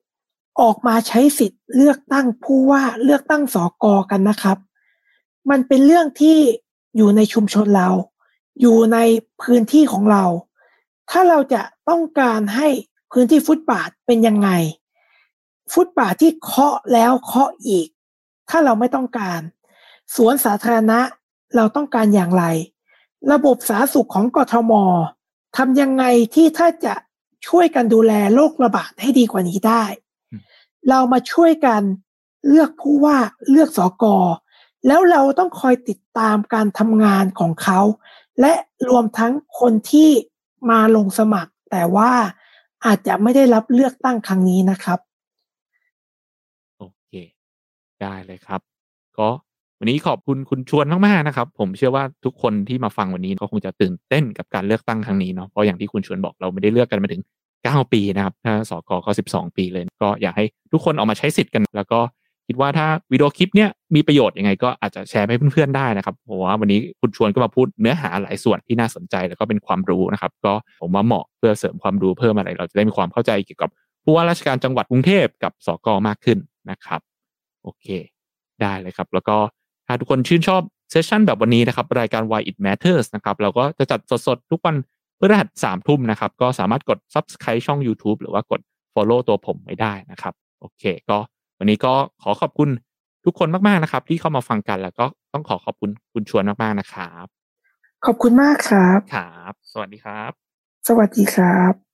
ออกมาใช้สิทธิ์เลือกตั้งผู้ว่าเลือกตั้งสกกันนะครับมันเป็นเรื่องที่อยู่ในชุมชนเราอยู่ในพื้นที่ของเราถ้าเราจะต้องการให้พื้นที่ฟุตบาทเป็นยังไงฟุตบาทที่เคาะแล้วเคาะอีกถ้าเราไม่ต้องการสวนสาธารณะเราต้องการอย่างไรระบบสาธารณสุขของกทมทำยังไงที่ถ้าจะช่วยกันดูแลโรคระบาดให้ดีกว่านี้ได้เรามาช่วยกันเลือกผู้ว่าเลือกสกแล้วเราต้องคอยติดตามการทำงานของเขาและรวมทั้งคนที่มาลงสมัครแต่ว่าอาจจะไม่ได้รับเลือกตั้งครั้งนี้นะครับโอเคได้เลยครับก็วันนี้ขอบคุณคุณชวนมากๆนะครับผมเชื่อว่าทุกคนที่มาฟังวันนี้ก็คงจะตื่นเต้นกับการเลือกตั้งครั้งนี้เนาะเพราะอย่างที่คุณชวนบอกเราไม่ได้เลือกกันมาถึงเก้าปีนะครับถ้าสกก็สิบสองปีเลยก็อยากให้ทุกคนออกมาใช้สิทธิ์กันแล้วก็คิดว่าถ้าวิดีโอคลิปเนี้ยมีประโยชน์ยังไงก็อาจจะแชร์ให้เพื่อนๆได้นะครับเพราะว่าวันนี้คุณชวนก็มาพูดเนื้อหาหลายส่วนที่น่าสนใจแล้วก็เป็นความรู้นะครับก็ผมว่าเหมาะเพื่อเสริมความรู้เพิ่มอะไรเราจะได้มีความเข้าใจเกี่ยวกับผู้ว่าราชการจังหวัดกรุงเทพกับสกมากขึ้นนะครับโอเคได้เลยครับแล้วก็ถ้าทุกคนชื่นชอบเซสชั่นแบบวันนี้นะครับรายการ Why It Matters นะครับเราก็จะจัดสดๆทุกวันพฤหัสสามทุ่มนะครับก็สามารถกด Subscribe ช่อง YouTube หรือว่ากด Follow ตัวผมไว้ได้นะครับโอเคก็วันนี้ก็ขอขอบคุณทุกคนมากๆนะครับที่เข้ามาฟังกันแล้วก็ต้องขอขอบคุณคุณชวนมากๆนะครับขอบคุณมากครับครับสวัสดีครับสวัสดีครับ